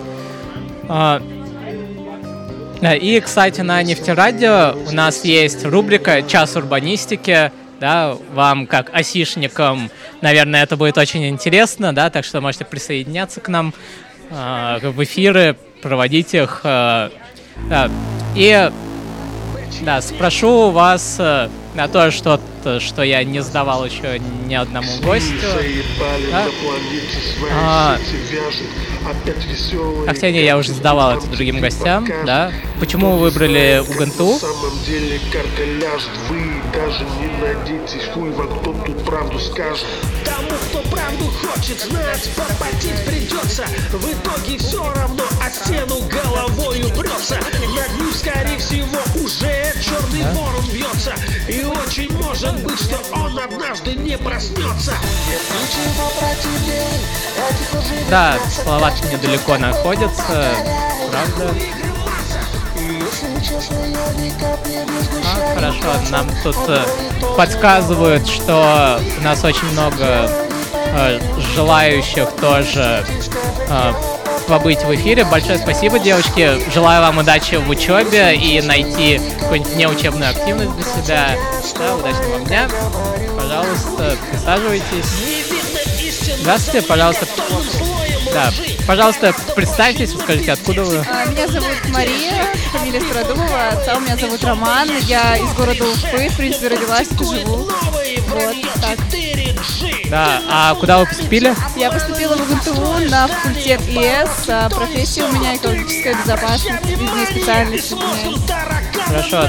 И, кстати, на нефтерадио у нас есть рубрика «Час урбанистики». Да, вам, как осишникам, наверное, это будет очень интересно, да, так что можете присоединяться к нам в эфиры, проводить их. И да, спрошу вас на то, что я не задавал еще ни одному гостю. Да? Хотя не, я уже задавал это другим гостям, да. Почему вы выбрали УГНТУ? Даже не надейтесь, хуй вам кто тут правду скажет. Тому, кто правду хочет знать, попотеть придется. В итоге все равно о стену головой упрется. Над ним, скорее всего, уже черный ворон бьется. И очень может быть, что он однажды не проснется. Да, Салават недалеко находится, правда. Хорошо, нам тут подсказывают, что у нас очень много желающих тоже побыть в эфире. Большое спасибо, девочки. Желаю вам удачи в учебе и найти какую-нибудь неучебную активность для себя. Да, удачного вам дня. Пожалуйста, присаживайтесь. Здравствуйте, пожалуйста. Да, пожалуйста, представьтесь, скажите, откуда вы? Меня зовут Мария, фамилия Стародубова, отца у меня зовут Роман, я из города Уфы, в принципе, родилась, тут живу. Вот, так. Да, а куда вы поступили? Я поступила в УГНТУ на факультет ИС, профессия у меня экологическая безопасность, видные специальности. Хорошо,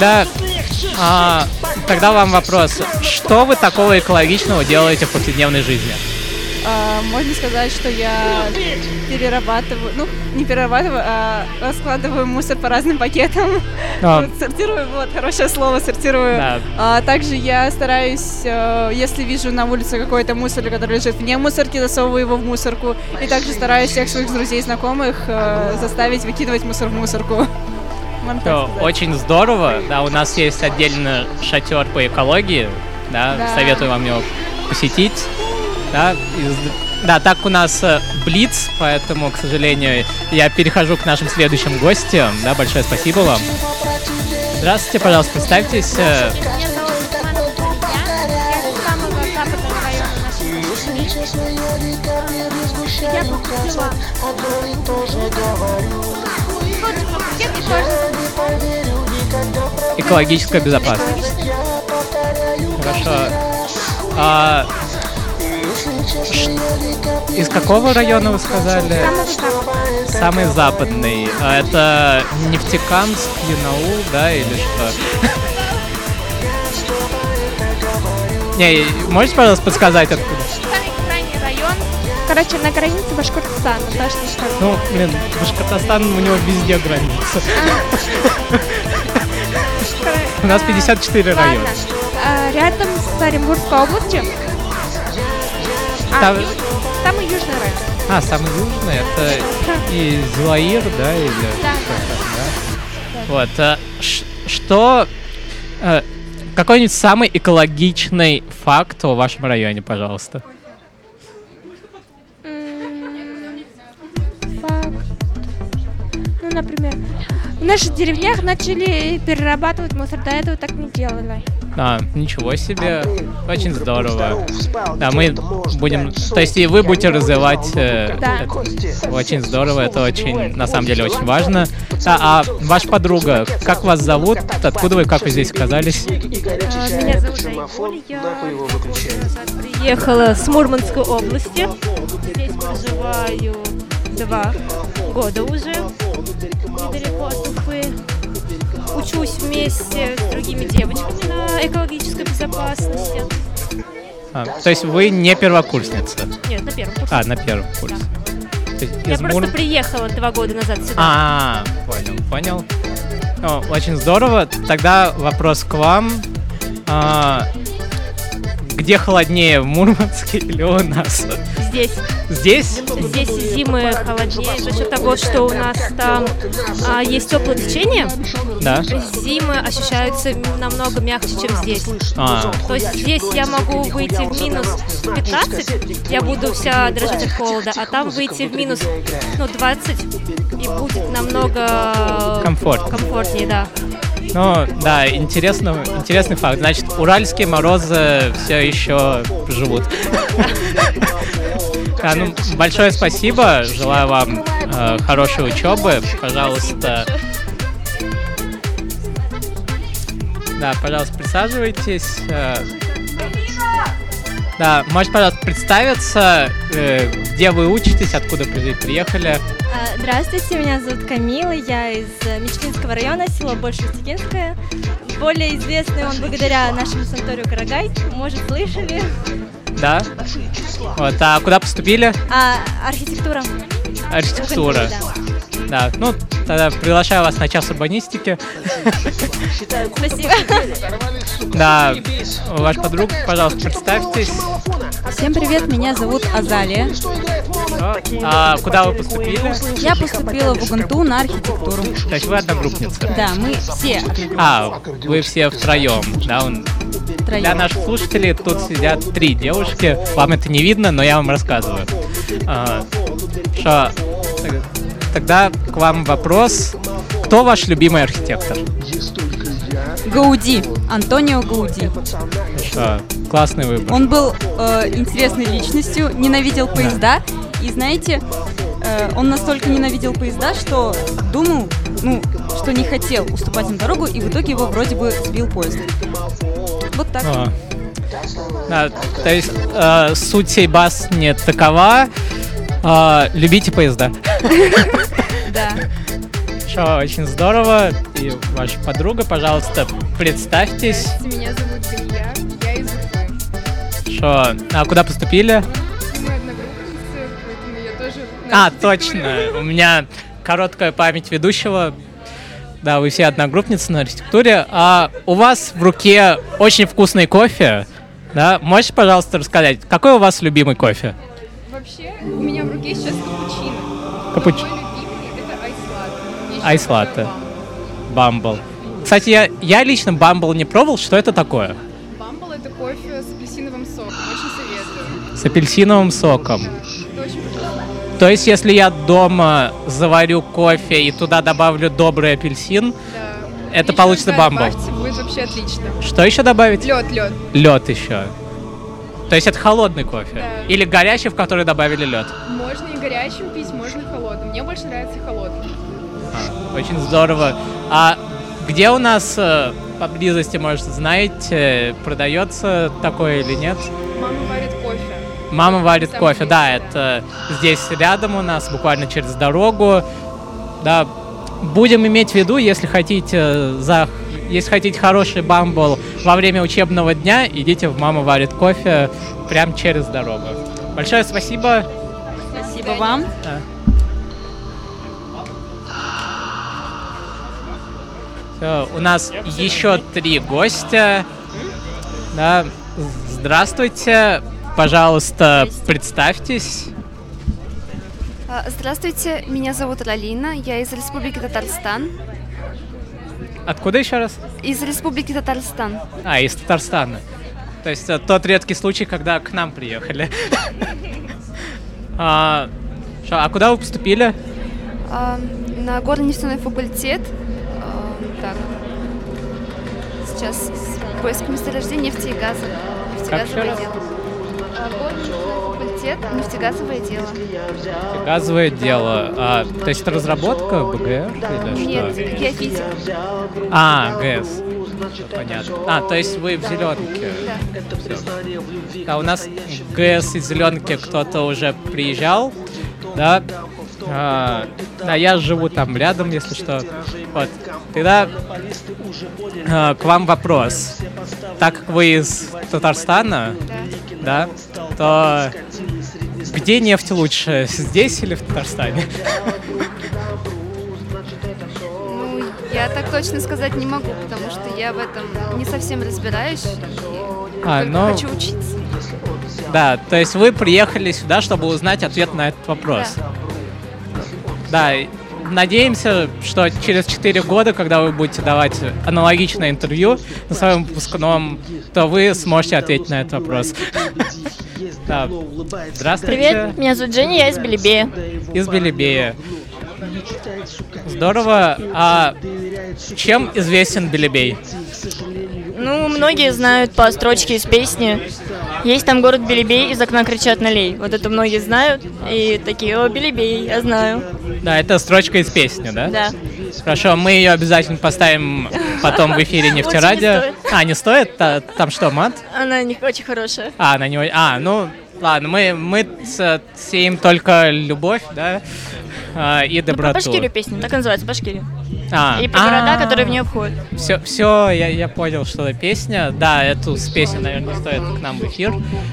тогда вам вопрос. Что вы такого экологичного делаете в повседневной жизни? Можно сказать, что я перерабатываю, не перерабатываю, а раскладываю мусор по разным пакетам. Сортирую, хорошее слово, сортирую. Да. Также я стараюсь, если вижу на улице какой-то мусор, который лежит вне мусорки, засовываю его в мусорку. И также стараюсь всех своих друзей, знакомых заставить выкидывать мусор в мусорку. Очень здорово. Да, у нас есть отдельно шатер по экологии. Да. Советую вам его посетить. Да, так у нас блиц, поэтому, к сожалению, я перехожу к нашим следующим гостям. Да, большое спасибо вам. Здравствуйте, пожалуйста, представьтесь. Меня зовут Роман Друзья, я из самого западного района нашей страны. Я поступила в экологическая безопасность. Хорошо. Из какого района вы сказали? Самый западный. А это Нефтекамск, Янаул, да, или что? Не, можете, пожалуйста, подсказать, откуда? Самый крайний район. На границе Башкортостана, точно скажу. Башкортостан, у него везде граница. У нас 54 района. Рядом с Оренбургской областью. Самый южный район. Самый южный, это и Зилаир, да, или да. Что какой-нибудь самый экологичный факт о вашем районе, пожалуйста? Факт. Например, в наших деревнях начали перерабатывать мусор, до этого так не делали. Ничего себе, очень здорово. Да, мы будем, то есть и вы будете развивать, это очень здорово, это очень, на самом деле, очень важно. А ваша подруга, как вас зовут, откуда вы, как вы здесь оказались? Меня зовут Айгуль, я приехала с Мурманской области, здесь проживаю 2 года уже, недалеко от Уфы. Учусь вместе с другими девочками на экологической безопасности. То есть вы не первокурсница? Нет, на первом курсе. На первом курсе. Я просто приехала 2 года назад сюда. Понял. Очень здорово. Тогда вопрос к вам. Где холоднее, в Мурманске или у нас? Здесь. Здесь? Здесь зимы холоднее, за счет того, что у нас там есть теплое течение. Да. Зимы ощущаются намного мягче, чем здесь. То есть здесь я могу выйти в минус 15, я буду вся дрожать от холода, а там выйти в минус 20 и будет намного комфортнее, да. Да, интересный факт. Значит, уральские морозы все еще живут. Большое спасибо. Желаю вам хорошей учебы. Пожалуйста. Да, пожалуйста, присаживайтесь. Да, можете, пожалуйста, представиться, где вы учитесь, откуда приехали? Здравствуйте, меня зовут Камила, я из Мечкинского района, село Большеустекинское. Более известный он благодаря нашему санаторию Карагай, может, слышали? Да. А куда поступили? Архитектура. Архитектура. Да, тогда приглашаю вас на час урбанистики. Спасибо. Да, ваш подруг, пожалуйста, представьтесь. Всем привет, меня зовут Азалия. А куда вы поступили? Я поступила в УГНТУ на архитектуру. То есть вы одногруппница? Да, мы все одногруппницы. Вы все втроем, да? Для наших слушателей тут сидят 3 девушки. Вам это не видно, но я вам рассказываю. Тогда к вам вопрос. Кто ваш любимый архитектор? Гауди. Антонио Гауди. Классный выбор. Он был интересной личностью, ненавидел поезда. И знаете, он настолько ненавидел поезда, что думал, что не хотел уступать им дорогу, и в итоге его вроде бы сбил поезд. Вот так. Да, то есть суть сей басни такова. Любите поезда. Да. Что, очень здорово. И ваша подруга, пожалуйста, представьтесь. Меня зовут Илья, я из Уфы. Что, а куда поступили? Мы одногруппницы, поэтому я тоже... Точно. У меня короткая память ведущего. Да, вы все одногруппницы на архитектуре. А у вас в руке очень вкусный кофе. Да? Можете, пожалуйста, рассказать, какой у вас любимый кофе? Вообще, у меня в руке сейчас капучино. Капучино. Мой любимый — это айс-латте. Айс-латте. Бамбл. Кстати, я лично бамбл не пробовал. Что это такое? Бамбл — это кофе с апельсиновым соком. Очень советую. С апельсиновым соком. Это очень вкусно. То есть, если я дома заварю кофе и туда добавлю добрый апельсин, это Еще получится бамбл. добавьте, будет вообще отлично. Что еще добавить? Лед. Лед еще. То есть это холодный кофе? Да. Или горячий, в который добавили лед? Можно и горячим пить, можно и холодным. Мне больше нравится холодный. Очень здорово. А где у нас поблизости, может, знаете, продается такое или нет? Мама варит кофе. Мама варит кофе, да, это здесь рядом у нас, буквально через дорогу. Да, будем иметь в виду, если хотите хороший бамбл во время учебного дня, идите в «Мама варит кофе» прямо через дорогу. Большое спасибо. Спасибо вам. Да. Все, у нас еще 3 гостя. Да. Здравствуйте. Пожалуйста, представьтесь. Здравствуйте, меня зовут Ралина, я из Республики Татарстан. Откуда еще раз? Из Республики Татарстан. Из Татарстана. То есть тот редкий случай, когда к нам приехали. А куда вы поступили? На горно-нефтяной факультет. Так. Сейчас поиск месторождения нефти и газа. Нефтегазовое дело. Горно-нефтяной факультет, нефтегазовое дело. Нефтегазовое дело. То есть это разработка БГР или что? Нет, геофизика. ГЭС. Понятно. То есть вы в Зеленке. Да. У нас ГЭС из Зеленки кто-то уже приезжал. Да. Да, я живу там рядом, если что. Вот. Тогда к вам вопрос. Так как вы из Татарстана, да, то где нефть лучше, здесь или в Татарстане? Я так точно сказать не могу, потому что я в этом не совсем разбираюсь. Только хочу учиться. Да, то есть вы приехали сюда, чтобы узнать ответ на этот вопрос. Да, надеемся, что через 4 года, когда вы будете давать аналогичное интервью на своем выпускном, то вы сможете ответить на этот вопрос. Да. Здравствуйте. Привет, меня зовут Женя, я из Белебея. Из Белебея. Здорово. А чем известен Белебей? Ну, многие знают по строчке из песни. Есть там город Белебей, из окна кричат налей. Вот это многие знают. И такие: о, Белебей, я знаю. Да, это строчка из песни, да? Да. Хорошо, мы ее обязательно поставим потом в эфире Нефтерадио. Не стоит? Там что, мат? Она не очень хорошая. Она не... ну, ладно, мы сеем только любовь, да, и доброту. Про Башкирию песня, так и называется, Башкирия. И про города, которые в нее входят. Все, я понял, что это песня. Да, эту с песней, наверное, не стоит к нам в эфир,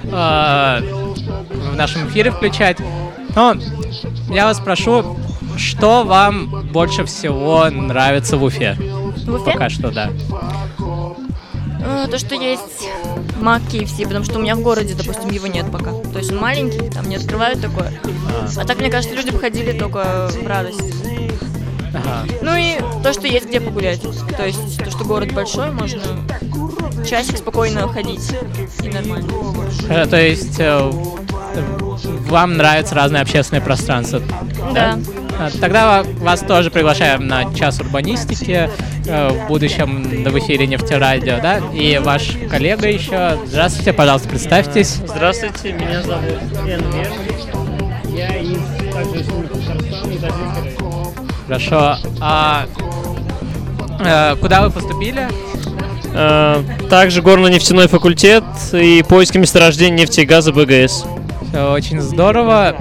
в нашем эфире включать. Но я вас прошу, что вам больше всего нравится в Уфе? В Уфе? Пока что, да. То, что есть Мак KFC, потому что у меня в городе, допустим, его нет пока. То есть он маленький, там не открывают такое. А так, мне кажется, люди бы ходили только в радость. Ага. Ну и то, что есть где погулять. То есть то, что город большой, можно часик спокойно ходить. И нормально. То есть вам нравится разное общественное пространство? Да. Тогда вас тоже приглашаем на час урбанистики, в будущем в эфире Нефтерадио, да? И ваш коллега еще. Здравствуйте, пожалуйста, представьтесь. Здравствуйте, меня зовут Энвер. Я из также Хорошо. Куда вы поступили? Также горно-нефтяной факультет и поиски месторождений нефти и газа БГС. Все очень здорово.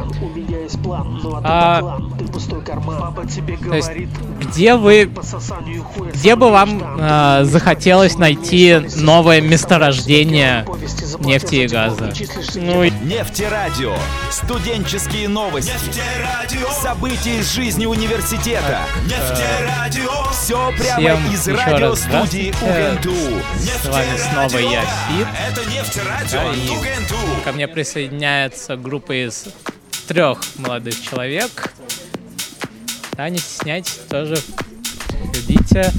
То есть, где бы вам захотелось найти новое месторождение нефти и газа? Нефтерадио. Студенческие новости. События из жизни университета. Нефтерадио. Все прямо из радиостудии УГНТУ. С вами снова я, Фит. И ко мне присоединяется группа из 3 молодых человек. Да, не стесняйтесь, тоже ходите.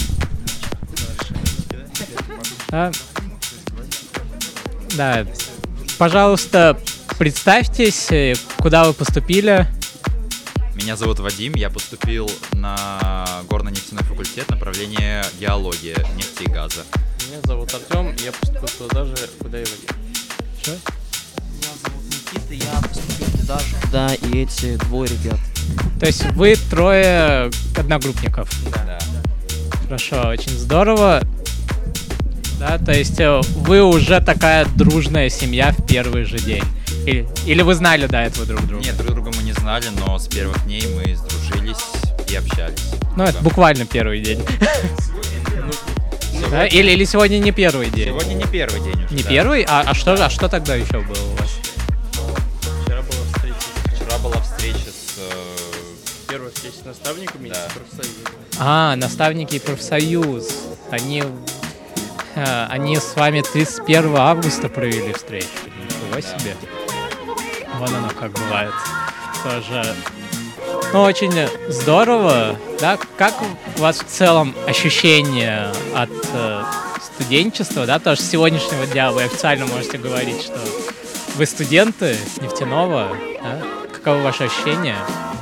Да, пожалуйста, представьтесь, куда вы поступили. Меня зовут Вадим, я поступил на горно-нефтяной факультет, направление геология, нефти и газа. Меня зовут Артем, я поступил туда же, куда и Вадим. Что? Меня зовут Никита, я поступил туда же, куда и эти 2 ребят. То есть вы 3 одногруппников? Да. Хорошо, очень здорово. Да, то есть вы уже такая дружная семья в первый же день? Или вы знали до этого друг друга? Нет, друг друга мы не знали, но с первых дней мы сдружились и общались. Ну, это буквально первый день. Да? Или сегодня не первый день? Сегодня не первый день уже. Не первый? А что тогда еще было у вас? Вчера была встреча с... Первая встреча с наставниками и профсоюзом. Наставники и профсоюз. Они с вами 31 августа провели встречу. Ничего себе. Вон оно как бывает. Тоже. Ну, очень здорово. Да? Как у вас в целом ощущение от студенчества? Да? Потому что с сегодняшнего дня вы официально можете говорить, что вы студенты нефтяного. Да? Каковы ваши ощущения?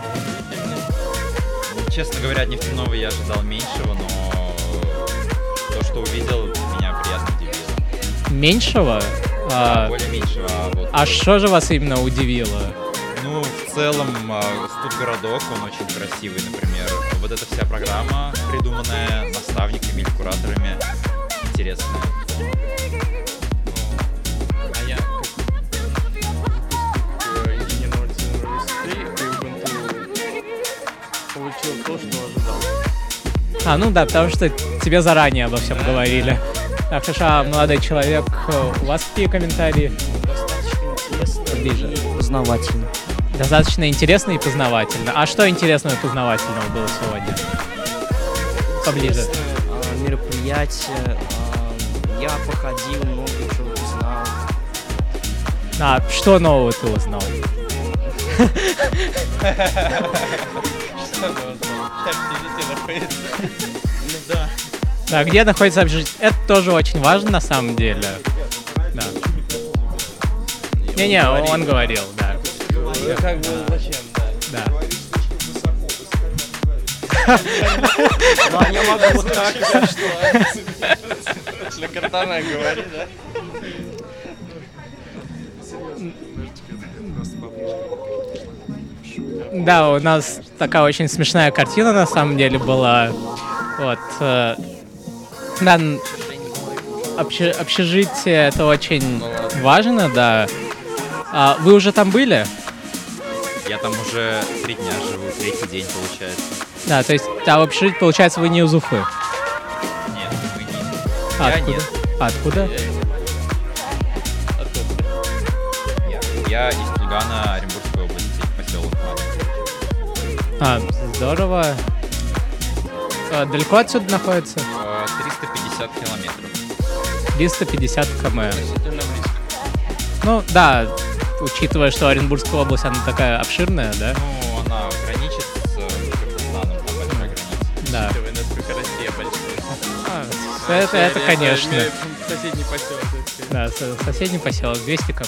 Честно говоря, от нефтяного я ожидал меньшего, но то, что увидел, меня приятно удивило. Меньшего? Более меньшего. А что же вас именно удивило? Ну, в целом, студгородок, он очень красивый, например. Вот эта вся программа, придуманная наставниками или кураторами, интересная. А я, как инженер получил то, что ожидал. Ну да, потому что тебе заранее обо всем говорили. Так, хорошо, молодой человек, у вас какие комментарии? Достаточно интересно и познавательно. Достаточно интересно и познавательно. А что интересного и познавательного было сегодня? Поближе. Мероприятие. Я походил, много чего узнал. Что нового ты узнал? Да, где находится общежитие? Это тоже очень важно на самом деле. Да. Не, он говорил, да. Ну как бы зачем, да. Ну а я могу вот так, что? Для картана говори, да? Да, у нас такая очень смешная картина на самом деле была. Вот. Да, общежитие это очень важно, да. Вы уже там были? Я там уже 3 дня живу, 3-й день получается. Да, то есть, в общежитии, получается, вы не из Уфы? Нет, мы не. Откуда? Нет. Откуда? Я из Кульгана, Оренбургской области, поселок Маленький. Здорово. Далеко отсюда находится? 350 километров. 350 км. Ну, да, учитывая, что Оренбургская область, она такая обширная, да? Ну, она граничит с Кыргызстаном, там большое Да. Учитывая, насколько Россия большая. Это конечно. Соседний поселок. Да, соседний поселок, 200 км.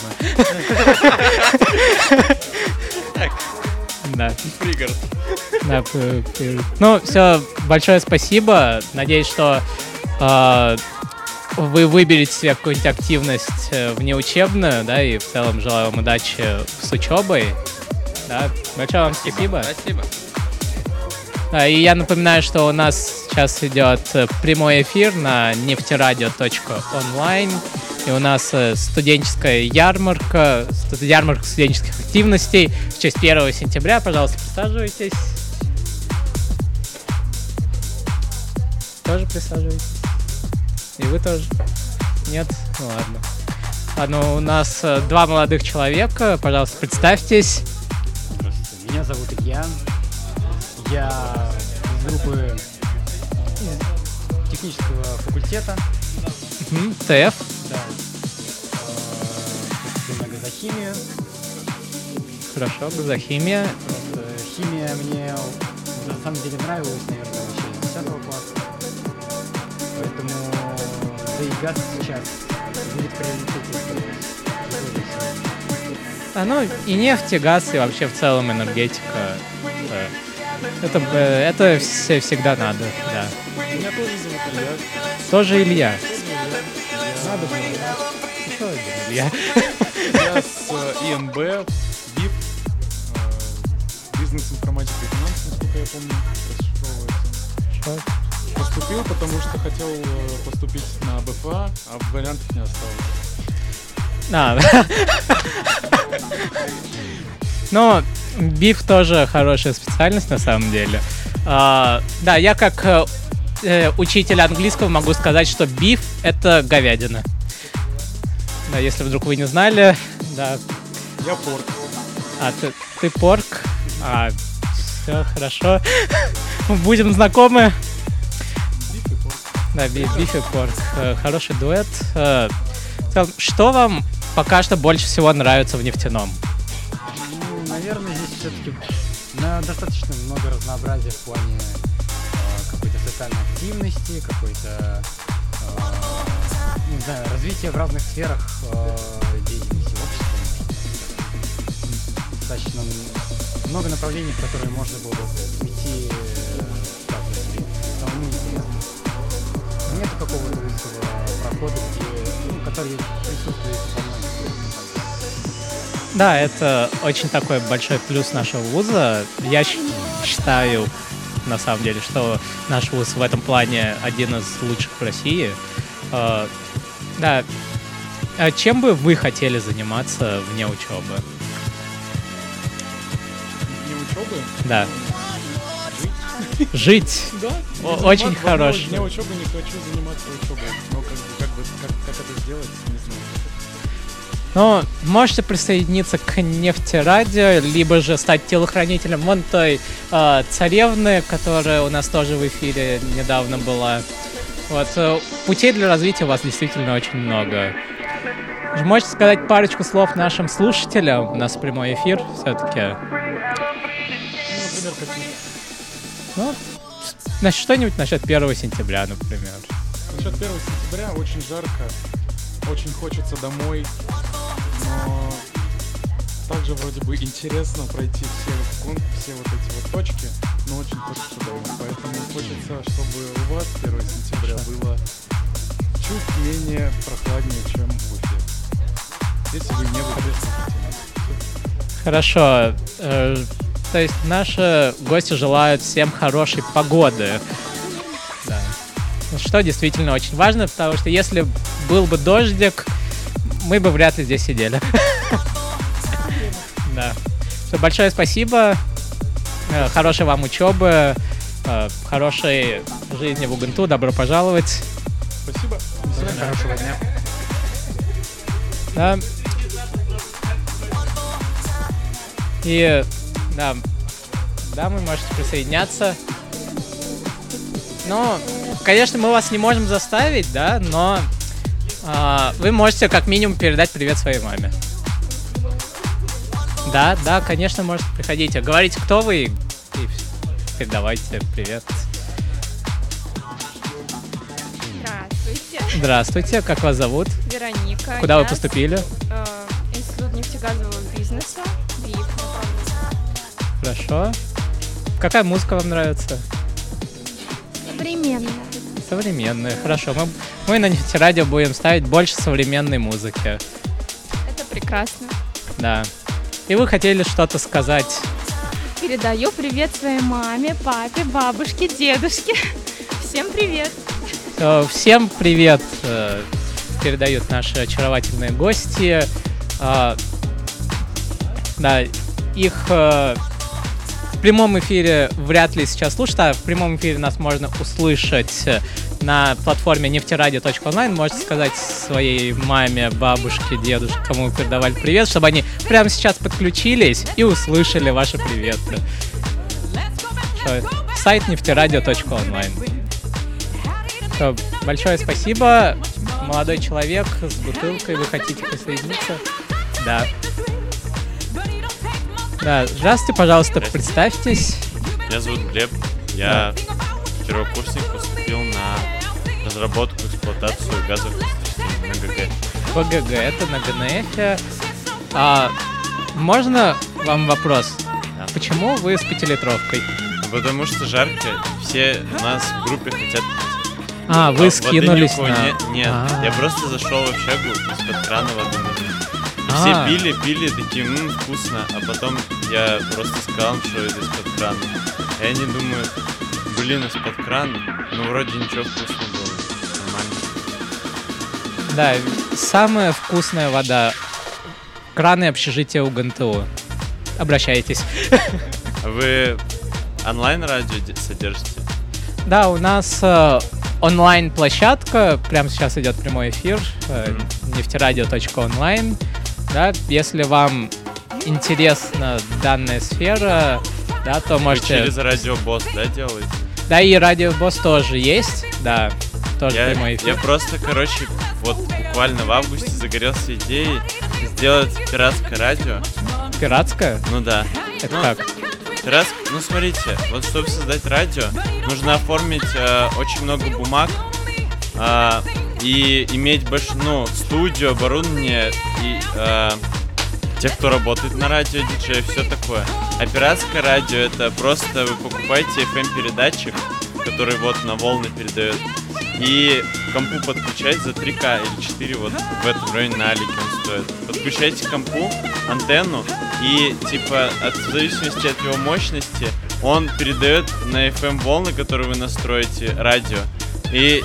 Да. Пригород. Да, ну, все, большое спасибо. Надеюсь, что вы выберете себе какую-нибудь активность внеучебную, да, и в целом желаю вам удачи с учебой. Да, большое вам спасибо. Спасибо. Да, и я напоминаю, что у нас сейчас идет прямой эфир на нефтерадио.онлайн. И у нас студенческая ярмарка студенческих активностей в честь 1 сентября. Пожалуйста, присаживайтесь. Тоже присаживайтесь. И вы тоже? Нет? Ну ладно. Ладно, у нас 2 молодых человека. Пожалуйста, представьтесь. Здравствуйте, меня зовут Илья. Я из группы технического факультета. ТФ. Да. На газохимию. Хорошо, газохимия. Просто химия мне на самом деле нравилась, наверное, вообще с 10 класса. Поэтому да и газ сейчас будет приоритетом. Ну и нефть, и газ, и вообще в целом энергетика. Это всегда надо, да. Меня тоже зовут Илья. Тоже Илья. Надо было. Еще один Илья. Я с ИМБ, БИП, бизнес-информатика и финансы, насколько я помню, расшифровывается. Поступил, потому что хотел поступить на БФА, а вариантов не осталось. Но БИФ тоже хорошая специальность на самом деле. Да, я как учитель английского могу сказать, что биф — это говядина. Да, если вдруг вы не знали, да. Я порк. Ты порк? Все хорошо. Будем знакомы. Биф и порк. Да, биф и порк. Хороший дуэт. Что вам пока что больше всего нравится в нефтяном? Ну, наверное, здесь все-таки достаточно много разнообразия в плане какой-то социальной активности, какой-то не знаю, развития в разных сферах деятельности общества. Достаточно много направлений, в которые можно было бы уйти самому интересно. Нет какого-то узкого прохода, который присутствует во многих. Да, это очень такой большой плюс нашего вуза. Я считаю, на самом деле, что наш вуз в этом плане один из лучших в России. Да. Чем бы вы хотели заниматься вне учебы? Вне учебы? Да. Жить? Да. Очень хорошо. Вне учебы не хочу заниматься учебой. Но как это сделать, не знаю. Ну, можете присоединиться к Нефтерадио, либо же стать телохранителем вон той царевны, которая у нас тоже в эфире недавно была. Вот, путей для развития у вас действительно очень много. Можете сказать парочку слов нашим слушателям? У нас прямой эфир все-таки. Например, какие? Ну, значит, что-нибудь насчет 1 сентября, например. Насчет 1 сентября очень жарко, очень хочется домой, но также вроде бы интересно пройти все вот эти вот точки, но очень хочется домой. Поэтому хочется, чтобы у вас 1 сентября было чуть менее прохладнее, чем в Уфе. Если вы не выходите. Хорошо. То есть наши гости желают всем хорошей погоды. Да. Что действительно очень важно, потому что если был бы дождик, мы бы вряд ли здесь сидели. Да. Большое спасибо. Хорошей вам учебы, хорошей жизни в УГНТУ. Добро пожаловать. Спасибо. Хорошего дня. Да. И да, вы можете присоединяться. Ну, конечно, мы вас не можем заставить, да, но вы можете как минимум передать привет своей маме. Да, конечно, можете приходить. Говорите, кто вы, и передавайте привет. Здравствуйте, как вас зовут? Вероника. Куда вы поступили? Институт нефтегазового бизнеса. Хорошо. Какая музыка вам нравится? Современная. Современная, хорошо. Мы на Нефтерадио будем ставить больше современной музыки. Это прекрасно. Да. И вы хотели что-то сказать? Передаю привет своей маме, папе, бабушке, дедушке. Всем привет. Всем привет передают наши очаровательные гости. Да, их в прямом эфире вряд ли сейчас слушают, а в прямом эфире нас можно услышать на платформе нефтерадио.онлайн. Можете сказать своей маме, бабушке, дедушке, кому вы передавали привет, чтобы они прямо сейчас подключились и услышали ваши приветы. Сайт нефтерадио.онлайн. Большое спасибо. Молодой человек с бутылкой, вы хотите присоединиться? Да. Да, здравствуйте, пожалуйста, представьтесь. Меня зовут Глеб, я первокурсник, поступил на разработку и эксплуатацию газовых систем на ГГ. ГГ, это на ГНФ. Можно вам вопрос? Да. Почему вы с 5-литровкой? Потому что жарко, все у нас в группе хотят пить. Вы скинулись на... Нет, я просто зашел в общагу, из-под крана воды налил. Все пили, такие, вкусно, а потом я просто сказал, что это из-под крана. И они думают, из-под крана, вроде ничего вкусного было, нормально. Да, самая вкусная вода. Краны общежития у ГНТУ. Обращайтесь. Вы онлайн-радио содержите? Да, у нас онлайн-площадка, прямо сейчас идет прямой эфир, нефтерадио.онлайн. Да, если вам интересна данная сфера, да, то можете... Вы через Радио Босс, да, делаете? Да, и Радио Босс тоже есть, да, тоже прямой эфир. Я просто, вот буквально в августе загорелся идеей сделать пиратское радио. Пиратское? Ну да. Это как? Пиратское, смотрите, вот чтобы создать радио, нужно оформить очень много бумаг, и иметь больше, студию, оборудование и тех, кто работает на радио, диджей, все такое. А пиратское радио — это просто вы покупаете FM-передатчик, который вот на волны передает, и к компу подключаете за 3К или 4, вот в этом районе на Алике он стоит. Подключаете к компу антенну, и в зависимости от его мощности он передает на FM-волны, которые вы настроите, радио. И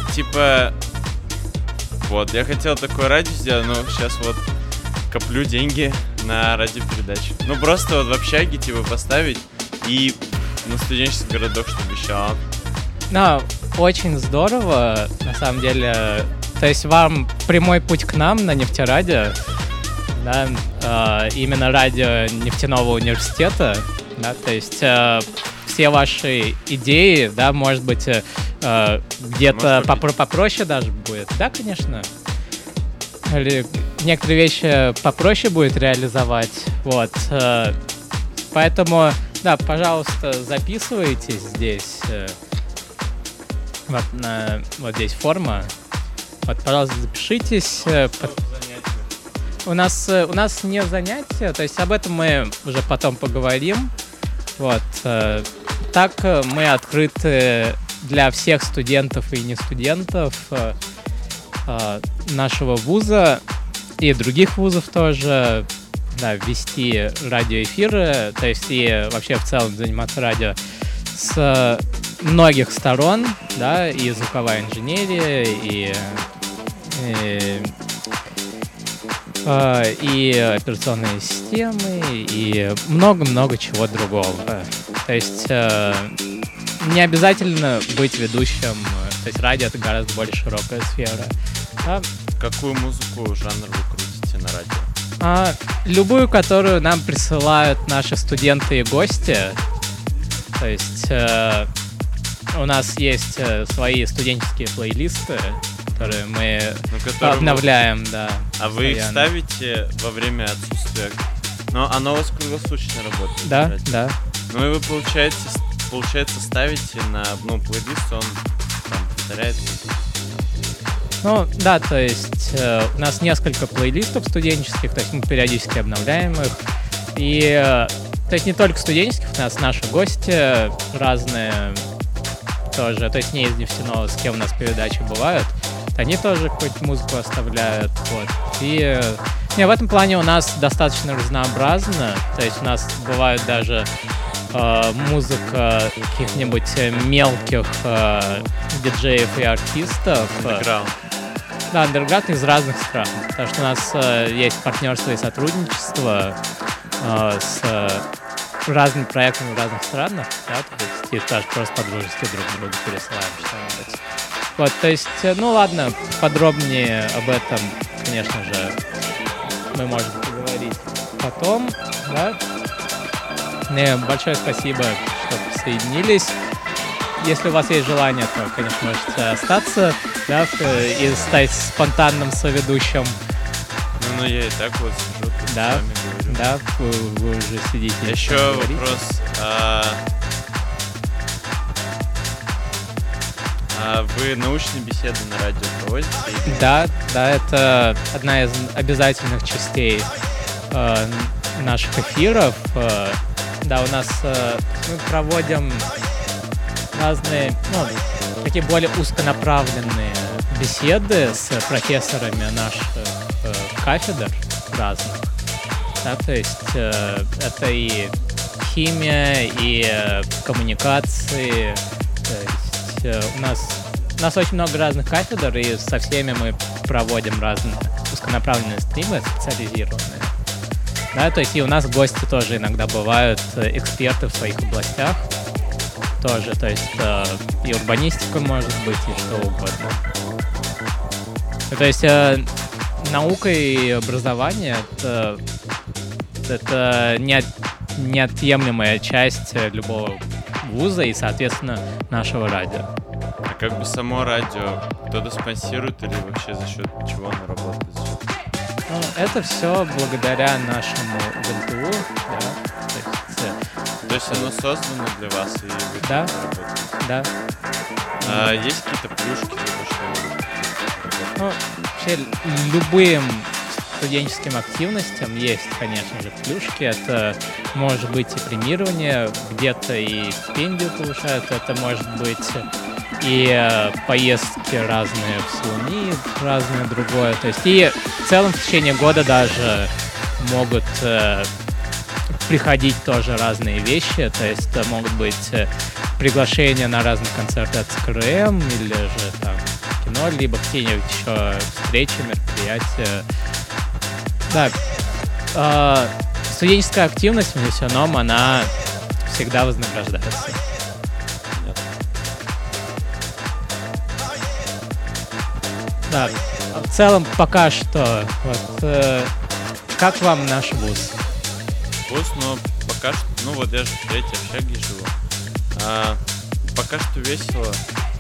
вот, я хотел такое радио сделать, но сейчас вот коплю деньги на радиопередачи. Просто вот в общаге поставить и на студенческий городок, чтобы вещал. Очень здорово, на самом деле. То есть вам прямой путь к нам на Нефтерадио, да, именно радио нефтяного университета, да, то есть все ваши идеи, да, может быть, где-то попроще даже будет. Да, конечно. Или некоторые вещи попроще будет реализовать. Вот. Поэтому, да, пожалуйста, записывайтесь здесь. Вот здесь форма. Вот, пожалуйста, запишитесь. У нас не занятия, то есть об этом мы уже потом поговорим. Вот. Так мы открыты для всех студентов и не студентов нашего вуза и других вузов тоже, да, вести радиоэфиры, то есть и вообще в целом заниматься радио с многих сторон, да, и звуковая инженерия, и операционные системы, и много-много чего другого. То есть не обязательно быть ведущим, то есть радио — это гораздо более широкая сфера. Да? Какую музыку, жанр вы крутите на радио? Любую, которую нам присылают наши студенты и гости. То есть у нас есть свои студенческие плейлисты, которые мы обновляем, да. А вы их ставите во время отсутствия? Но оно у вас круглосуточно работает. Да, радио. Да. Ну и вы, получается, ставите на плейлист, он там повторяется. Ну, да, то есть у нас несколько плейлистов студенческих, то есть мы периодически обновляем их. И, то есть не только студенческих, у нас наши гости разные тоже, то есть не из Нефтяного, с кем у нас передачи бывают, они тоже какую-то музыку оставляют, вот. И в этом плане у нас достаточно разнообразно, то есть у нас бывает даже музыка каких-нибудь мелких диджеев и артистов. Underground. Да, андерграунд из разных стран, потому что у нас есть партнерство и сотрудничество с разными проектами в разных странах, да, то есть и даже просто по-дружески друг другу пересылаем что-нибудь. Вот, то есть, ну ладно, подробнее об этом, конечно же, мы можем поговорить потом, да. Большое спасибо, что присоединились. Если у вас есть желание, то, конечно, можете остаться, да, и стать спонтанным соведущим. Ну, я и так вот сижу тут да, с вами говорю. Да, вы уже сидите. Еще вопрос. Вы научные беседы на радио проводите? Да, это одна из обязательных частей наших эфиров. Да, у нас мы проводим разные, ну, такие более узконаправленные беседы с профессорами наших кафедр разных. Да, то есть это и химия, и коммуникации. То есть у нас очень много разных кафедр, и со всеми мы проводим разные узконаправленные стримы, специализированные. Да, то есть и у нас гости тоже иногда бывают, эксперты в своих областях тоже, то есть и урбанистика может быть, и что угодно. То есть наука и образование это неотъемлемая часть любого вуза и, соответственно, нашего радио. А как бы само радио кто-то спонсирует или вообще за счет чего оно работает? Ну, это все благодаря нашему ВНТУ, да. То есть оно создано для вас и вы да, работаете? Да. А есть какие-то плюшки за то, что ну, вообще любым студенческим активностям есть, конечно же, плюшки. Это может быть и премирование, где-то и стипендию повышают, это может быть и поездки разные в Слуни, разное другое. То есть и в целом в течение года даже могут приходить тоже разные вещи. То есть могут быть приглашения на разные концерты от СКРМ или же там кино, либо какие-нибудь еще встречи, мероприятия. Да, студенческая активность в Нефтяном, она всегда вознаграждается. Да, в целом пока что. Вот, как вам наш вуз? Вуз, ну, пока что, ну вот я же в третьей общаге живу. Пока что весело.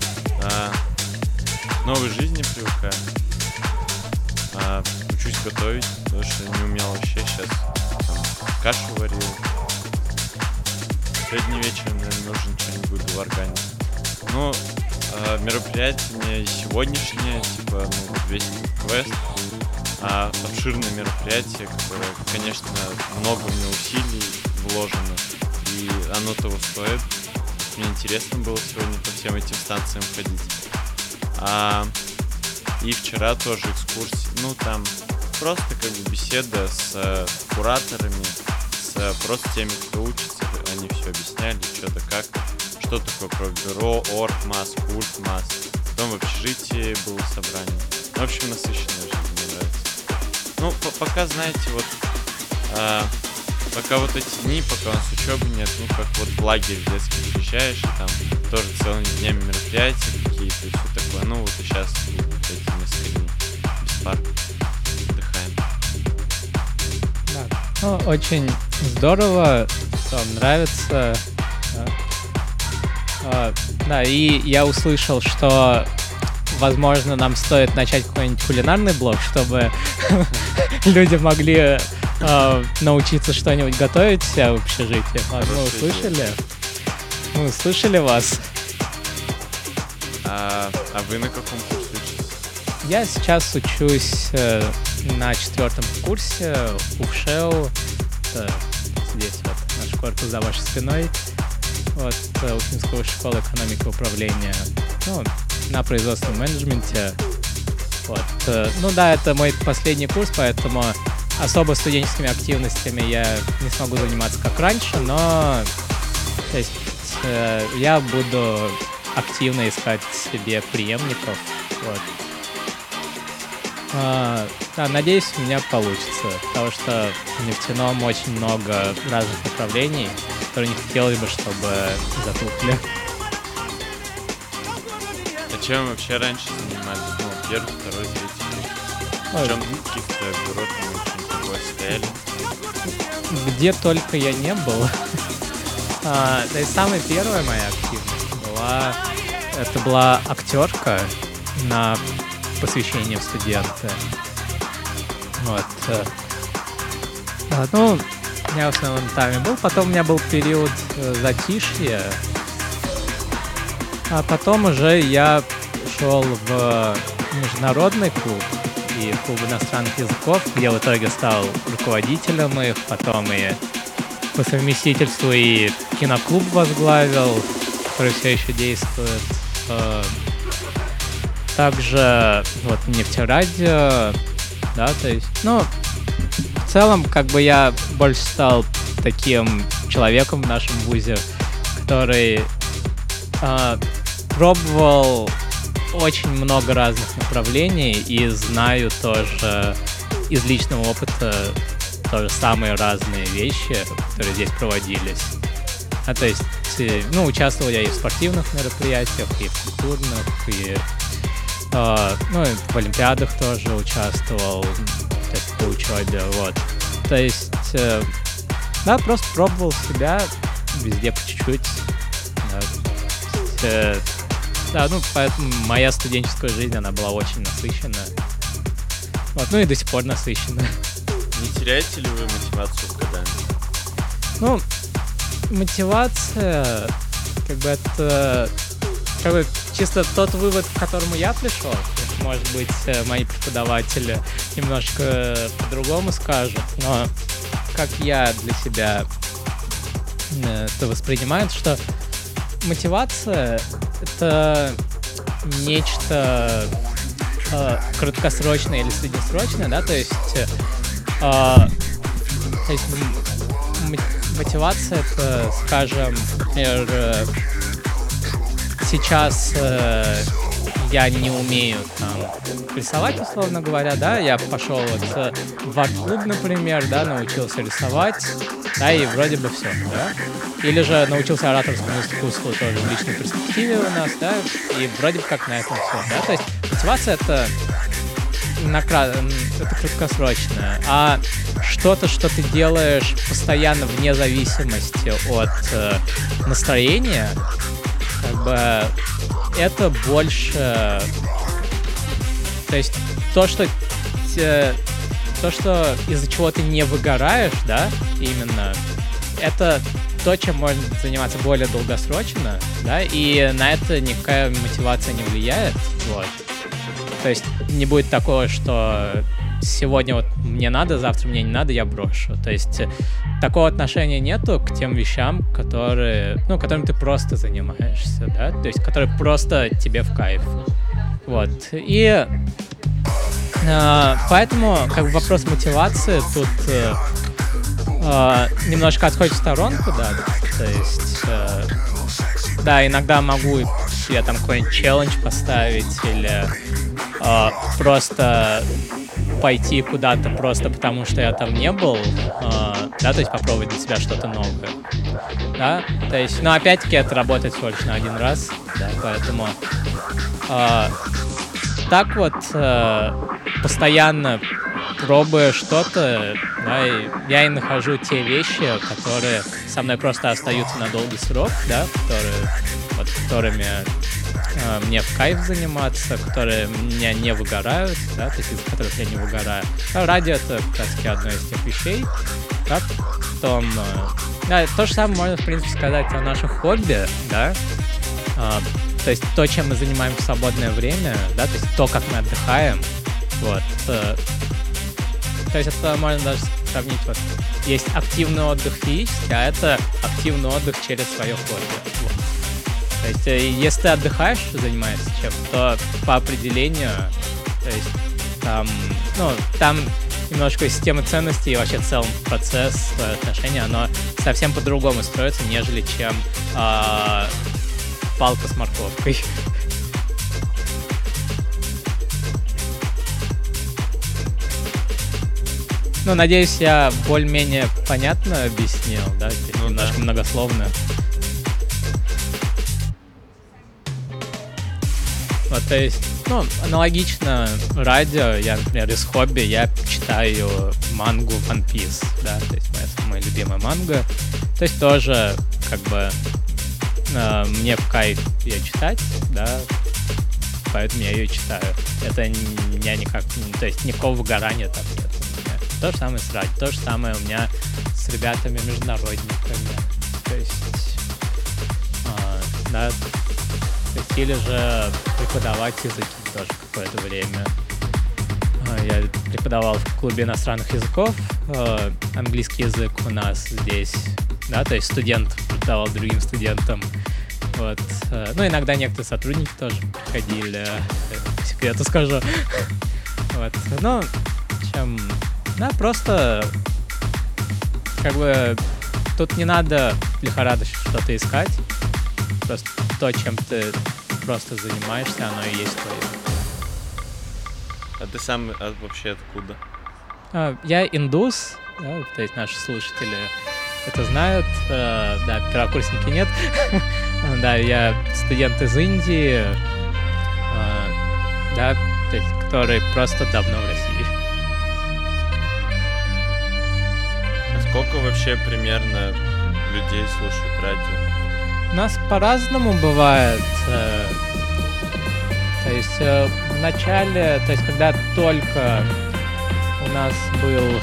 К новой жизни привыкаю. Учусь готовить, потому что не умел вообще. Сейчас там, кашу варил. Сегодня вечером, наверное, нужно что-нибудь варганить. Ну, мероприятие сегодняшнее, типа, ну, весь квест, обширное мероприятие, которое, конечно, много в него усилий вложено, и оно того стоит. Мне интересно было сегодня по всем этим станциям ходить. И вчера тоже экскурсия, ну, там просто как бы беседа с кураторами, с просто теми, кто учится, они все объясняли, что-то как. Что такое профбюро, оргмас, культмас. Потом в общежитии было собрание. В общем, насыщенная жизнь, мне нравится. Ну, пока, знаете, вот пока вот эти дни, пока у нас учебы нет, ну, как вот в лагерь детский приезжаешь, и там тоже целыми днями мероприятия какие-то и все такое. Ну, вот и сейчас вот эти несколько дней без пар отдыхаем. Да. Ну, очень здорово, что вам нравится. Да, и я услышал, что, возможно, нам стоит начать какой-нибудь кулинарный блог, чтобы люди могли научиться что-нибудь готовить в общежитии. Мы услышали? Мы услышали вас. А вы на каком курсе учитесь? Я сейчас учусь на 4-м курсе УФШЭУ. Здесь вот наш корпус за вашей спиной. Вот Уфимская высшая школа экономики и управления. Ну, на производственном менеджменте. Вот. Ну да, это мой последний курс, поэтому особо студенческими активностями я не смогу заниматься как раньше, но то есть, я буду активно искать себе преемников. Вот. Да, надеюсь, у меня получится, потому что в нефтяном очень много разных направлений, которые не хотелось бы, чтобы затухли. А чем вообще раньше занимались? Ну, первый, второй, третий? В чем каких-то бюро там очень такое стояли? Где только я не был. Да и самая первая моя активность была актерка на посвящение в студенты. Вот. Ну, я в основном там и был. Потом у меня был период затишья. А потом уже я шел в международный клуб и клуб иностранных языков, где в итоге стал руководителем их, потом и по совместительству и киноклуб возглавил, который все еще действует. Также вот нефтерадио, да, то есть, ну, в целом, как бы я больше стал таким человеком в нашем вузе, который пробовал очень много разных направлений и знаю тоже из личного опыта тоже самые разные вещи, которые здесь проводились. То есть, ну, участвовал я и в спортивных мероприятиях, и в культурных, и ну, и в олимпиадах тоже участвовал, то есть по учебе, вот. То есть, да, просто пробовал себя везде по чуть-чуть. Да, ну, поэтому моя студенческая жизнь, она была очень насыщенна. Вот, ну и до сих пор насыщенна. Не теряете ли вы мотивацию с годами? Ну, мотивация, как бы это... Как бы чисто тот вывод, к которому я пришел. Может быть, мои преподаватели немножко по-другому скажут, но как я для себя это воспринимаю, что мотивация — это нечто краткосрочное или среднесрочное, да, то есть мотивация — это, скажем, например, сейчас я не умею там рисовать, условно говоря, да, я пошел вот в арт-клуб, например, да, научился рисовать, да, и вроде бы все, да. Или же научился ораторскому искусству тоже в личной перспективе у нас, да, и вроде бы как на этом все, да. То есть мотивация — это краткосрочное, а что-то, что ты делаешь постоянно вне зависимости от настроения, как бы это больше, то есть то, что из-за чего ты не выгораешь, да, именно, это то, чем можно заниматься более долгосрочно, да, и на это никакая мотивация не влияет, вот. То есть не будет такого, что сегодня вот мне надо, завтра мне не надо, я брошу. То есть такого отношения нету к тем вещам, которым ты просто занимаешься, да, то есть которые просто тебе в кайф. Вот. И поэтому как бы вопрос мотивации тут немножко отходит в сторонку, да, то есть да, иногда могу я там какой-нибудь челлендж поставить или просто пойти куда-то просто потому, что я там не был, да, то есть попробовать для себя что-то новое, да, то есть, но опять-таки это работает всего лишь на один раз, да, поэтому так вот постоянно пробуя что-то, да, я и нахожу те вещи, которые со мной просто остаются на долгий срок, да, которыми мне в кайф заниматься, которые меня не выгорают, да, то есть из-за которых я не выгораю. А радио — это как раз-таки одно из тех вещей. Да, потом, да, то же самое можно, в принципе, сказать о наших хобби, да. то есть то, чем мы занимаемся в свободное время, да, то есть то, как мы отдыхаем, вот. То есть это можно даже сравнить, вот, есть активный отдых физически, а это активный отдых через свое хобби. Вот. То есть если ты отдыхаешь, занимаешься чем, то по определению, то есть там немножко система ценностей и вообще в целом процесс отношений, оно совсем по-другому строится, нежели чем палка с морковкой. Ну, надеюсь, я более-менее понятно объяснил, да? Немножко многословно. Вот, то есть, аналогично радио, я, например, из хобби, я читаю мангу One Piece, да, то есть моя самая любимая манга. То есть тоже, как бы, мне в кайф ее читать, да, поэтому я ее читаю. Это меня никак, то есть никакого выгорания там нет. То же самое с радио, то же самое у меня с ребятами-международниками. То есть, да, или же преподавать языки тоже какое-то время. Я преподавал в клубе иностранных языков, английский язык у нас здесь, да, то есть студент преподавал другим студентам. Вот. Ну, иногда некоторые сотрудники тоже приходили, по секрету скажу. Вот. Ну, да, просто как бы тут не надо лихорадочно что-то искать. Просто то, чем ты просто занимаешься, оно и есть твое. А ты сам вообще откуда? Я индус, да, то есть наши слушатели это знают. Да, первокурсники нет. Да, я студент из Индии, да, то есть, который просто давно в России. Сколько вообще примерно людей слушают радио? У нас по-разному бывает. То есть в начале, то есть когда только у нас был,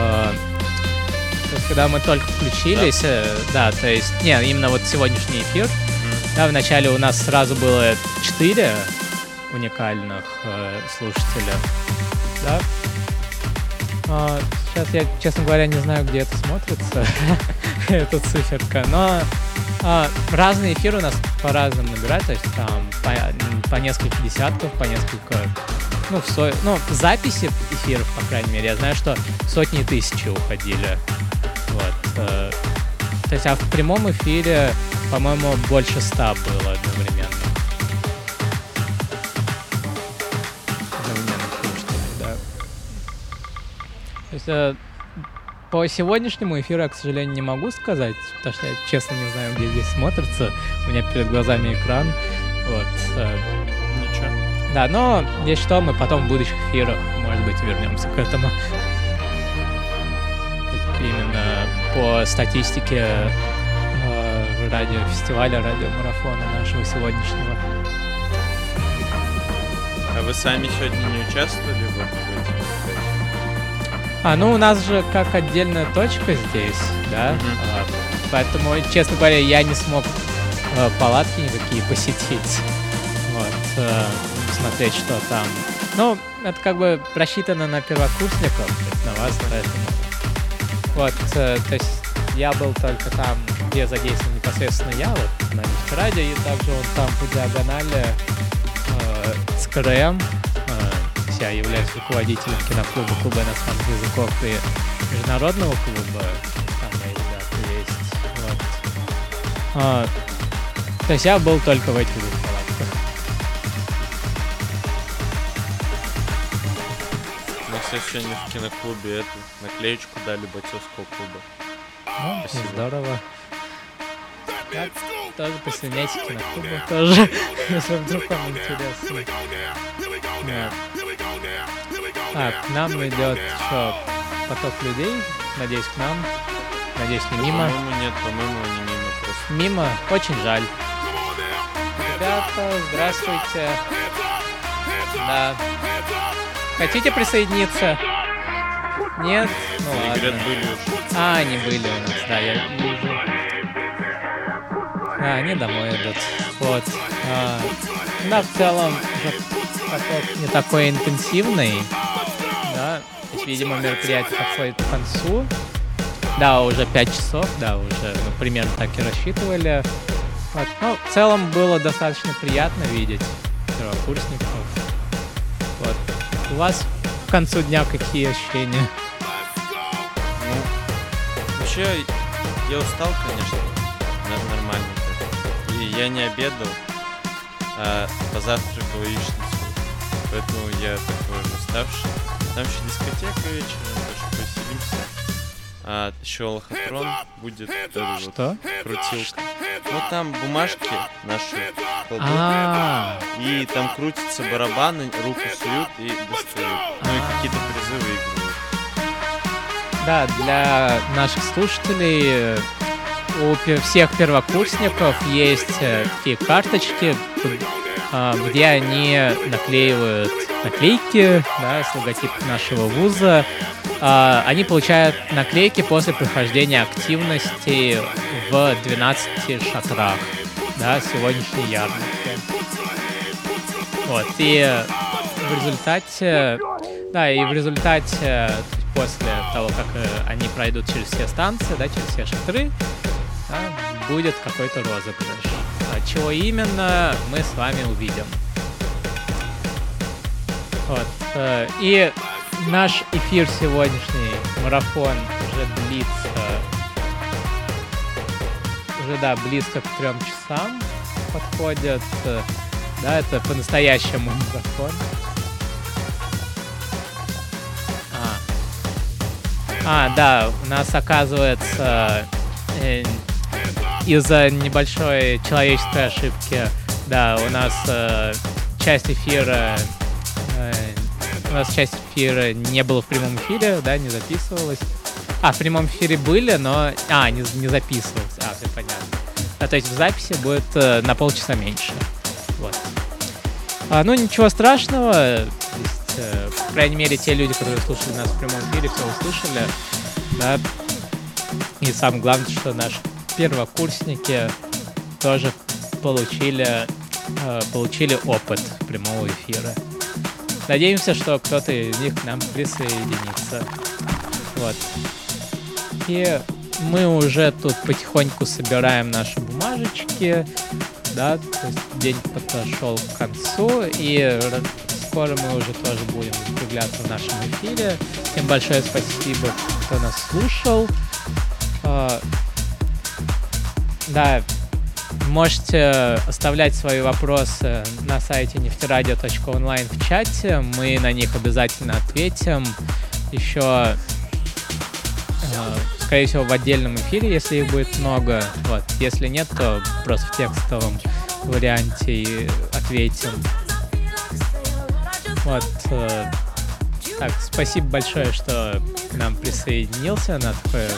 то есть когда мы только включились, да, то есть, именно вот сегодняшний эфир, да, вначале у нас сразу было 4 уникальных слушателя, да. Сейчас я, честно говоря, не знаю, где это смотрится, эта циферка, но разные эфиры у нас по-разному набирают, то есть там по несколько десятков, по несколько, записи эфиров, по крайней мере, я знаю, что сотни тысяч уходили, вот. То есть, а в прямом эфире, по-моему, больше 100 было одновременно. То есть, по сегодняшнему эфиру я, к сожалению, не могу сказать, потому что я, честно, не знаю, где здесь смотрится. У меня перед глазами экран. Вот. Ничего. Да, но если что, мы потом в будущих эфирах, может быть, вернемся к этому. Именно по статистике радиофестиваля, радиомарафона нашего сегодняшнего. А вы сами сегодня не участвовали в этом? У нас же как отдельная точка здесь, да, поэтому, честно говоря, я не смог палатки никакие посетить, вот, смотреть, что там. Ну, это как бы рассчитано на первокурсников, на вас, поэтому. Вот, то есть я был только там, где задействован непосредственно я, вот, на Нефтерадио, и также он там по диагонали с КРМ. Я являюсь руководителем киноклуба, клуба иностранных языков и международного клуба. Там мои ребята есть. Вот. То есть я был только в этих двух палатках. У нас еще не в киноклубе эту наклеечку дали бойцовского клуба. Спасибо. Здорово. Да, тоже присоединяйтесь к киноклубу тоже, если вдруг вам интересно. К нам идет еще поток людей. Надеюсь, к нам. Надеюсь, не мимо. По-моему, нет, по-моему, не мимо просто. Мимо? Очень жаль. Ребята, здравствуйте. Да. Хотите присоединиться? Нет? Ну ладно. Говорят, были уже. Они были у нас, да, я вижу. Да, они домой идут. Вот. Да, в целом поток не такой интенсивный. Да, то есть, видимо, мероприятие подходит к концу. Да, уже 5 часов, да, уже примерно так и рассчитывали. Вот. Ну, в целом было достаточно приятно видеть первокурсников. Вот. У вас к концу дня какие ощущения? Вообще, я устал, конечно, нормально. И я не обедал, а позавтракал яичницу. Поэтому я такой уставший. Там еще дискотека вечером, даже повеселимся. А еще лохотрон будет. Что? Крутилка. Ну там бумажки наши кладут. И там крутятся барабаны, руку суют и достают. Ну и какие-то призы выигрывают. Да, для наших слушателей у всех первокурсников есть такие карточки, где они наклеивают наклейки, да, с логотипом нашего вуза. Они получают наклейки после прохождения активностей в 12 шатрах, да, сегодняшней ярмарки. Вот, и в результате, после того, как они пройдут через все станции, да, через все шатры, да, будет какой-то розыгрыш. Чего именно, мы с вами увидим. Вот. И наш эфир сегодняшний, марафон, уже длится, близко к 3 часам подходит. Да, это по-настоящему марафон. Да, у нас, оказывается, из-за небольшой человеческой ошибки, да, у нас часть эфира не было в прямом эфире, да, не записывалось. В прямом эфире были, но... не записывалось. Все понятно. Да, то есть в записи будет на полчаса меньше. Вот. Ну, ничего страшного. По крайней мере, те люди, которые слушали нас в прямом эфире, все услышали. Да. И самое главное, что наши первокурсники тоже получили опыт прямого эфира. Надеемся, что кто-то из них к нам присоединится. Вот. И мы уже тут потихоньку собираем наши бумажечки. Да, то есть день подошел к концу, и скоро мы уже тоже будем закругляться в нашем эфире. Всем большое спасибо, кто нас слушал. Да, можете оставлять свои вопросы на сайте нефтерадио.онлайн в чате. Мы на них обязательно ответим. Еще, скорее всего, в отдельном эфире, если их будет много. Вот. Если нет, то просто в текстовом варианте и ответим. Вот. Так, спасибо большое, что к нам присоединился на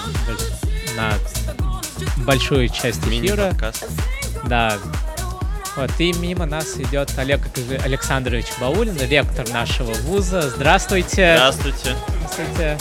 большую часть эфира. Да. Вот, и мимо нас идет Олег Александрович Баулин, ректор нашего вуза. Здравствуйте. Здравствуйте. Здравствуйте.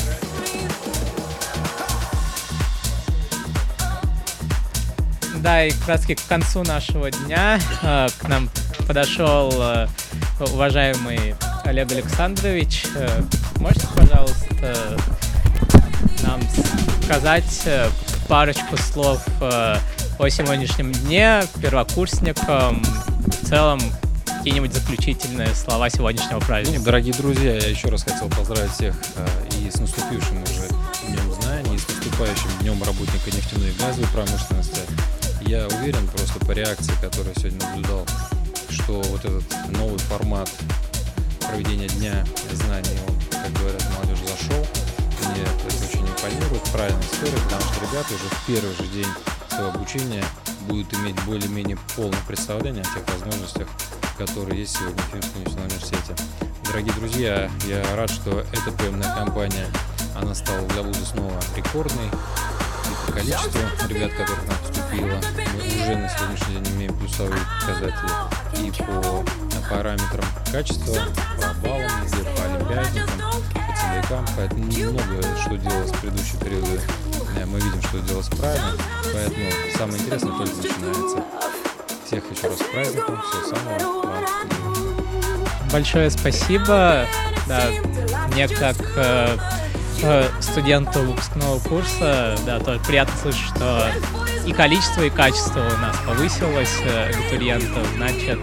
Да, и как раз к концу нашего дня к нам подошел уважаемый Олег Александрович. Можете, пожалуйста, нам сказать парочку слов о сегодняшнем дне первокурсникам, в целом какие-нибудь заключительные слова сегодняшнего праздника? Дорогие друзья, я еще раз хотел поздравить всех и с наступившим уже Днем Знаний, и с наступающим Днем работника нефтяной и газовой промышленности. Я уверен просто по реакции, которую я сегодня наблюдал, что вот этот новый формат проведения Дня Знаний, он, как говорят, молодежь зашел. Мне это очень импонирует, правильная история, потому что ребята уже в первый же день своего обучения будут иметь более-менее полное представление о тех возможностях, которые есть сегодня в Уфимском нефтяном университете. Дорогие друзья, я рад, что эта приемная кампания, она стала для вуза снова рекордной. И по количеству ребят, которых нам поступило, мы уже на сегодняшний день имеем плюсовые показатели и по параметрам качества, по баллам, где по олимпиадникам, по целикам. Поэтому много что делалось в предыдущие периоды мы видим, что делать правильно, поэтому самое интересное только начинается. Всех еще раз с праздником, всего самого вам. Большое спасибо. Да, мне как студенту выпускного курса, да, тоже приятно слышать, что и количество, и качество у нас повысилось абитуриентов. Значит,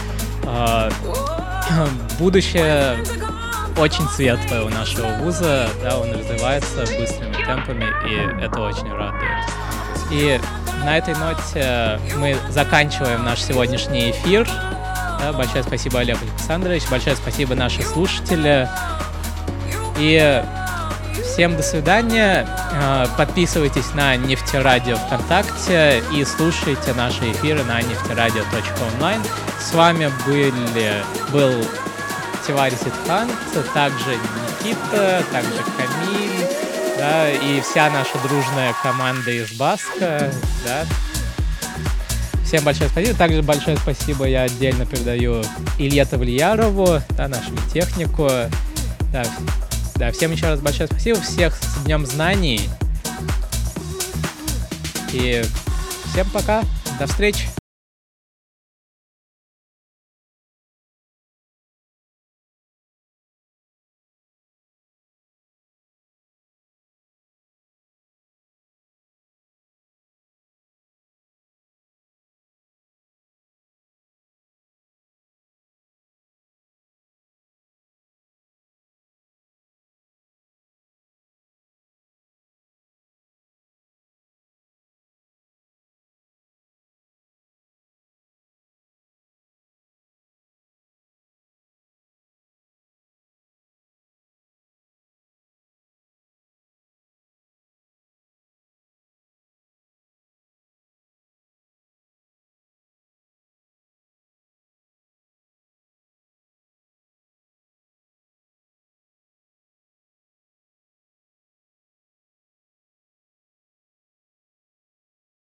будущее очень светлое у нашего вуза, да, он развивается быстрыми темпами, и это очень радует. И на этой ноте мы заканчиваем наш сегодняшний эфир. Да, большое спасибо, Олег Александрович, большое спасибо наши слушатели. И всем до свидания. Подписывайтесь на Нефтерадио ВКонтакте и слушайте наши эфиры на нефтерадио.онлайн. С вами был Тивари Сидхант, также Никита, также Камиль, да, и вся наша дружная команда из Баска. Да. Всем большое спасибо. Также большое спасибо я отдельно передаю Илье Тавлиярову, да, нашему технику. Да, всем еще раз большое спасибо. Всех с Днем Знаний. И всем пока. До встречи.